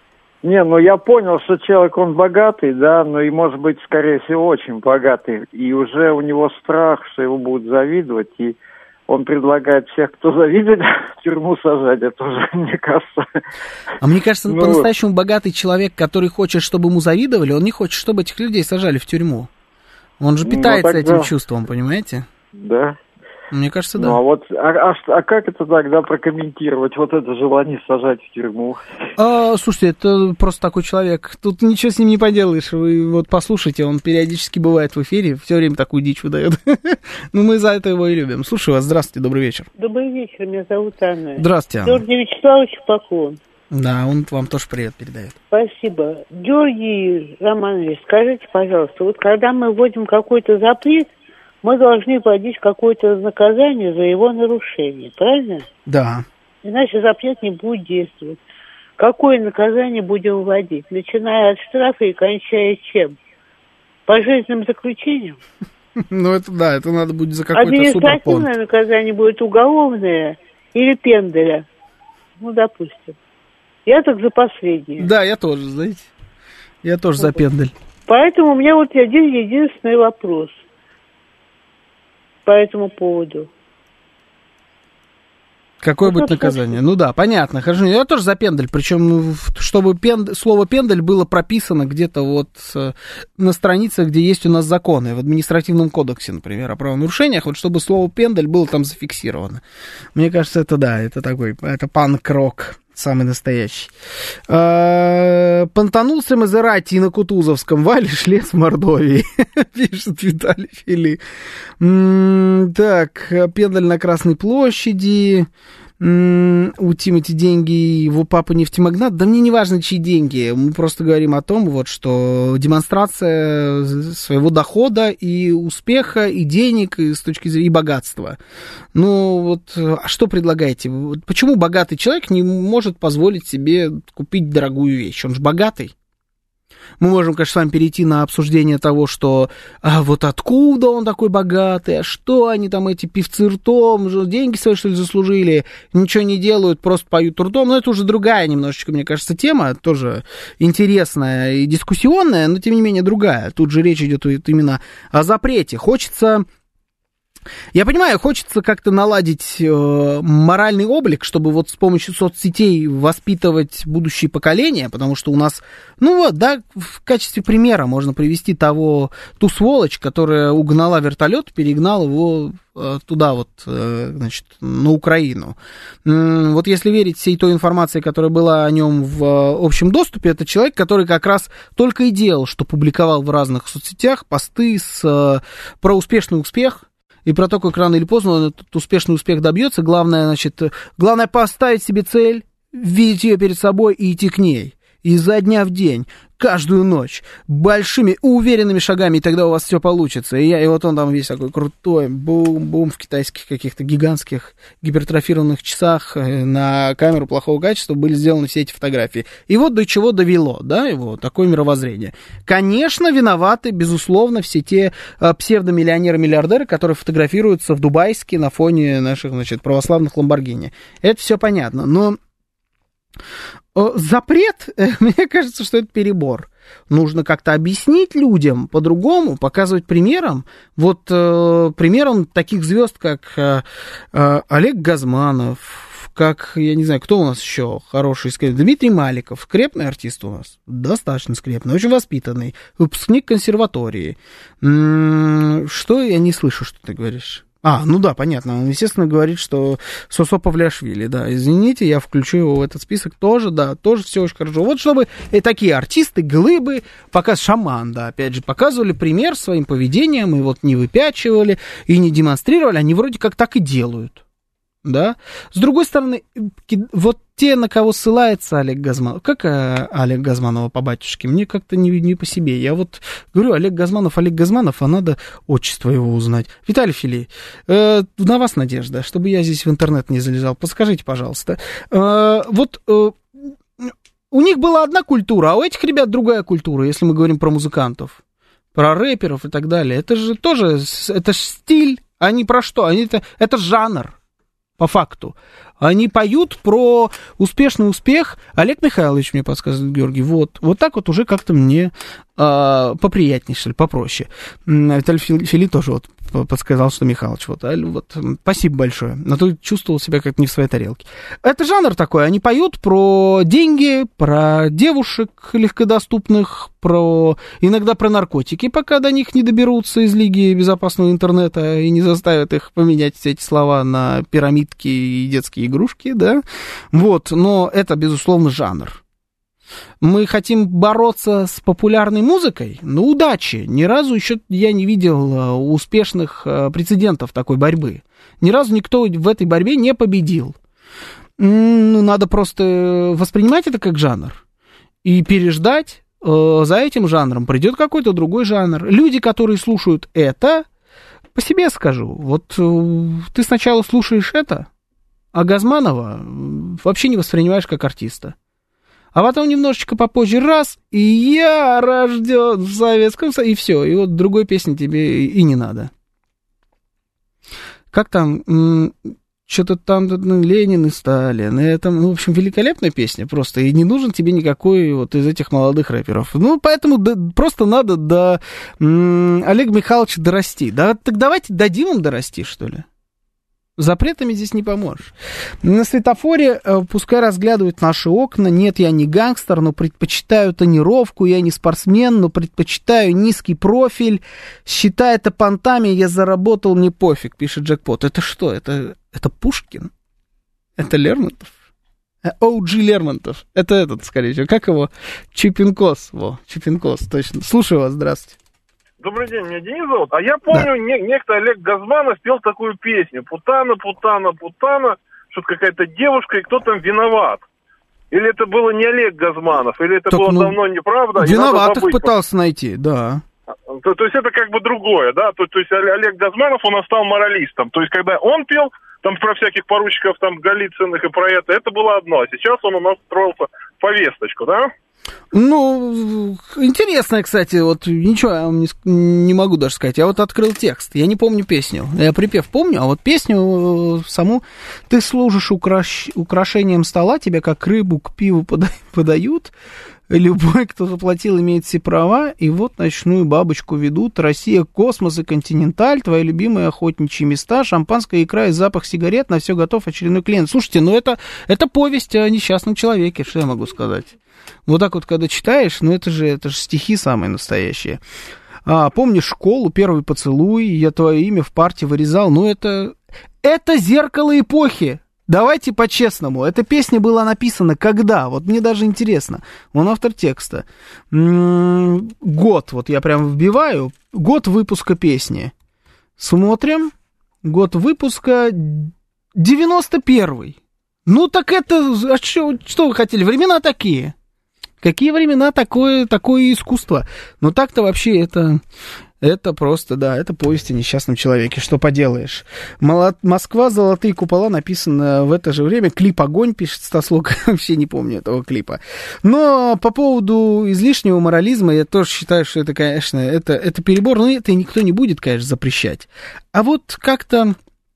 Не, ну я понял, что человек, он богатый, да, но и, может быть, скорее всего, очень богатый. И уже у него страх, что его будут завидовать, и он предлагает всех, кто завидует, в тюрьму сажать. Это уже, мне кажется... А мне кажется, по-настоящему богатый человек, который хочет, чтобы ему завидовали, он не хочет, чтобы этих людей сажали в тюрьму. Он же питается этим чувством, понимаете? Да. Мне кажется, да. Ну, а вот, а как это тогда прокомментировать, вот это желание сажать в тюрьму? Слушайте, это просто такой человек. Тут ничего с ним не поделаешь. Вы вот послушайте, он периодически бывает в эфире, все время такую дичь выдает. Ну, мы за это его и любим. Слушаю вас, здравствуйте, добрый вечер. Добрый вечер, меня зовут Анна. Здравствуйте, Анна. Георгий Вячеславович, поклон. Да, он вам тоже привет передает. Спасибо. Георгий Романович, скажите, пожалуйста, вот когда мы вводим какой-то запрет, мы должны вводить какое-то наказание за его нарушение, правильно? Да. Иначе запрет не будет действовать. Какое наказание будем вводить? Начиная от штрафа и кончая чем? Пожизненным заключением? Ну, это да, это надо будет за какой-то суперпонт. Административное наказание будет уголовное или пенделя? Ну, допустим. Я так за последнее. Да, я тоже, знаете. Я тоже за пендель. Поэтому у меня вот один единственный вопрос по этому поводу. Какое будет наказание? Ну да, понятно. Хорошо, я тоже за пендель, причем, чтобы слово пендель было прописано где-то вот на страницах, где есть у нас законы, в административном кодексе, например, о правонарушениях, вот чтобы слово пендель было там зафиксировано. Мне кажется, это да, это такой, это панк-рок. Самый настоящий. Понтанулся Мазерати на Кутузовском, валишь лес в Мордовии, пишет Виталий Фили. Так, пендель на Красной площади. У Тимати деньги, его папа нефтемагнат. Да мне не важно, чьи деньги. Мы просто говорим о том, вот, что демонстрация своего дохода и успеха, и денег, и с точки зрения и богатства. Ну, вот, а что предлагаете? Почему богатый человек не может позволить себе купить дорогую вещь? Он же богатый. Мы можем, конечно, с вами перейти на обсуждение того, что вот откуда он такой богатый, а что они там, эти певцы ртом, деньги свои, что ли, заслужили, ничего не делают, просто поют ртом. Но это уже другая немножечко, мне кажется, тема, тоже интересная и дискуссионная, но, тем не менее, другая. Тут же речь идет именно о запрете. Хочется... Я понимаю, хочется как-то наладить моральный облик, чтобы вот с помощью соцсетей воспитывать будущее поколение, потому что у нас, ну вот, да, в качестве примера можно привести ту сволочь, которая угнала вертолет, перегнала его туда вот, значит, на Украину. Вот если верить всей той информации, которая была о нем в общем доступе, это человек, который как раз только и делал, что публиковал в разных соцсетях посты про успешный успех, и про то, как рано или поздно он этот успешный успех добьется. Главное поставить себе цель, видеть ее перед собой и идти к ней. Изо дня в день, каждую ночь, большими, уверенными шагами, и тогда у вас все получится. И вот он там весь такой крутой, бум-бум в китайских каких-то гигантских гипертрофированных часах на камеру плохого качества были сделаны все эти фотографии. И вот до чего довело, да, его такое мировоззрение. Конечно, виноваты, безусловно, все те псевдомиллионеры-миллиардеры, которые фотографируются в Дубайске на фоне наших, значит, православных Ламборгини. Это все понятно, но... Запрет, мне кажется, что это перебор. Нужно как-то объяснить людям по-другому, показывать примером. Вот примером таких звезд, как Олег Газманов, как, я не знаю, кто у нас еще хороший, Дмитрий Маликов, скрепный артист у нас, достаточно скрепный, очень воспитанный, выпускник консерватории. Что я не слышу, что ты говоришь? Ну да, понятно. Он, естественно, говорит, что Сосо Павлиашвили, да. Извините, я включу его в этот список тоже, да, тоже все очень хорошо. Вот чтобы такие артисты, глыбы, шаман, да, опять же, показывали пример своим поведением, и вот не выпячивали, и не демонстрировали, они вроде как так и делают. Да? С другой стороны, вот те, на кого ссылается Олег Газманов, как Олег Газманова по батюшке, мне как-то не по себе. Я вот говорю, Олег Газманов, а надо отчество его узнать. Виталий Фили, на вас надежда, чтобы я здесь в интернет не залезал. Подскажите, пожалуйста. У них была одна культура, а у этих ребят другая культура, если мы говорим про музыкантов, про рэперов и так далее. Это же тоже, это ж стиль, они про что? Это жанр. По факту. Они поют про успешный успех. Олег Михайлович мне подсказывает, Георгий, вот так вот уже как-то мне поприятнее, что ли, попроще. Виталий Фили тоже вот подсказал, что Михайлович. Вот, спасибо большое. Но ты чувствовал себя как не в своей тарелке. Это жанр такой. Они поют про деньги, про девушек легкодоступных, иногда про наркотики, пока до них не доберутся из Лиги безопасного интернета и не заставят их поменять все эти слова на пирамидки и детские игрушки, да. Вот, но это, безусловно, жанр. Мы хотим бороться с популярной музыкой? Ну, удачи. Ни разу еще я не видел успешных прецедентов такой борьбы. Ни разу никто в этой борьбе не победил. Ну, надо просто воспринимать это как жанр и переждать. За этим жанром придет какой-то другой жанр. Люди, которые слушают это, по себе скажу, вот ты сначала слушаешь это, а Газманова вообще не воспринимаешь как артиста. А потом немножечко попозже раз, и я рожден в Советском Союзе, и все, и вот другой песни тебе и не надо. Как там, что-то там Ленин и Сталин, это, в общем, великолепная песня просто, и не нужен тебе никакой вот из этих молодых рэперов. Ну, поэтому просто надо до Олега Михайловича дорасти. Да, так давайте дадим им дорасти, что ли. Запретами здесь не поможешь. На светофоре пускай разглядывают наши окна. Нет, я не гангстер, но предпочитаю тонировку. Я не спортсмен, но предпочитаю низкий профиль. Считай это понтами, я заработал, мне пофиг, пишет Джекпот. Это что? Это Пушкин? Это Лермонтов? OG Лермонтов. Это этот, скорее всего. Как его? Чипинкос. Чипинкос, точно. Слушаю вас, здравствуйте. Добрый день, меня Денис зовут. А я помню, некто Олег Газманов пел такую песню. Путана, путана, путана. Что-то какая-то девушка, и кто там виноват. Или это было не Олег Газманов, или это было давно неправда. Виноватых пытался найти, да. То есть это как бы другое, да? То есть Олег Газманов, он стал моралистом. То есть когда он пел, там про всяких поручиков, там Голицыных и про это было одно. А сейчас он у нас строился в повесточку, да? Ну, интересно, кстати, вот ничего я вам не могу даже сказать. Я вот открыл текст, я не помню песню. Я припев помню, а вот песню саму. Ты служишь украшением стола, тебя как рыбу к пиву подают. Любой, кто заплатил, имеет все права. И вот ночную бабочку ведут. Россия, космос и континенталь. Твои любимые охотничьи места. Шампанское, икра и запах сигарет. На все готов очередной клиент. Слушайте, ну это повесть о несчастном человеке. Что я могу сказать? Вот так вот, когда читаешь, ну это же стихи самые настоящие. Помнишь школу, первый поцелуй, я твое имя в парте вырезал. Ну это зеркало эпохи. Давайте по-честному. Эта песня была написана когда? Вот мне даже интересно. Он автор текста. Год, вот я прям вбиваю. Год выпуска песни. Смотрим. Год выпуска 91-й. Ну так это... А что вы хотели? Времена такие. Какие времена, такое искусство. Но так-то вообще это просто, да, это повесть о несчастном человеке. Что поделаешь. Москва, золотые купола написано в это же время. Клип «Огонь», пишет Стаслок. Вообще не помню этого клипа. Но по поводу излишнего морализма я тоже считаю, что это, конечно, это перебор. Но это никто не будет, конечно, запрещать. А вот как-то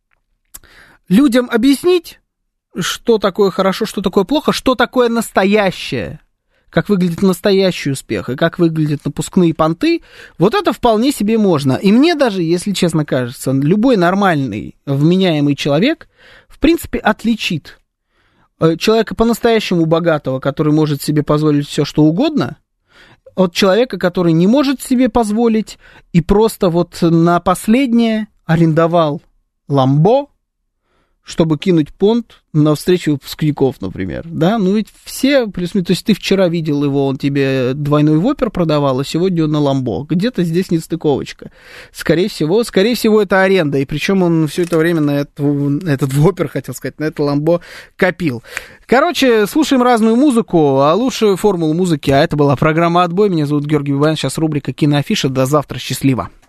людям объяснить, что такое хорошо, что такое плохо, что такое настоящее, как выглядит настоящий успех и как выглядят напускные понты, вот это вполне себе можно. И мне даже, если честно кажется, любой нормальный, вменяемый человек, в принципе, отличит человека по-настоящему богатого, который может себе позволить все, что угодно, от человека, который не может себе позволить и просто вот на последнее арендовал ламбо, чтобы кинуть понт на встречу выпускников, например, да, ну ведь все, то есть ты вчера видел его, он тебе двойной вопер продавал, а сегодня он на ламбо, где-то здесь нестыковочка, скорее всего, это аренда, и причем он все это время на этот вопер, хотел сказать, на это ламбо копил. Короче, слушаем разную музыку, а лучшую формулу музыки, а это была программа «Отбой», меня зовут Георгий Бабаян, сейчас рубрика «Киноафиша», до завтра, счастливо.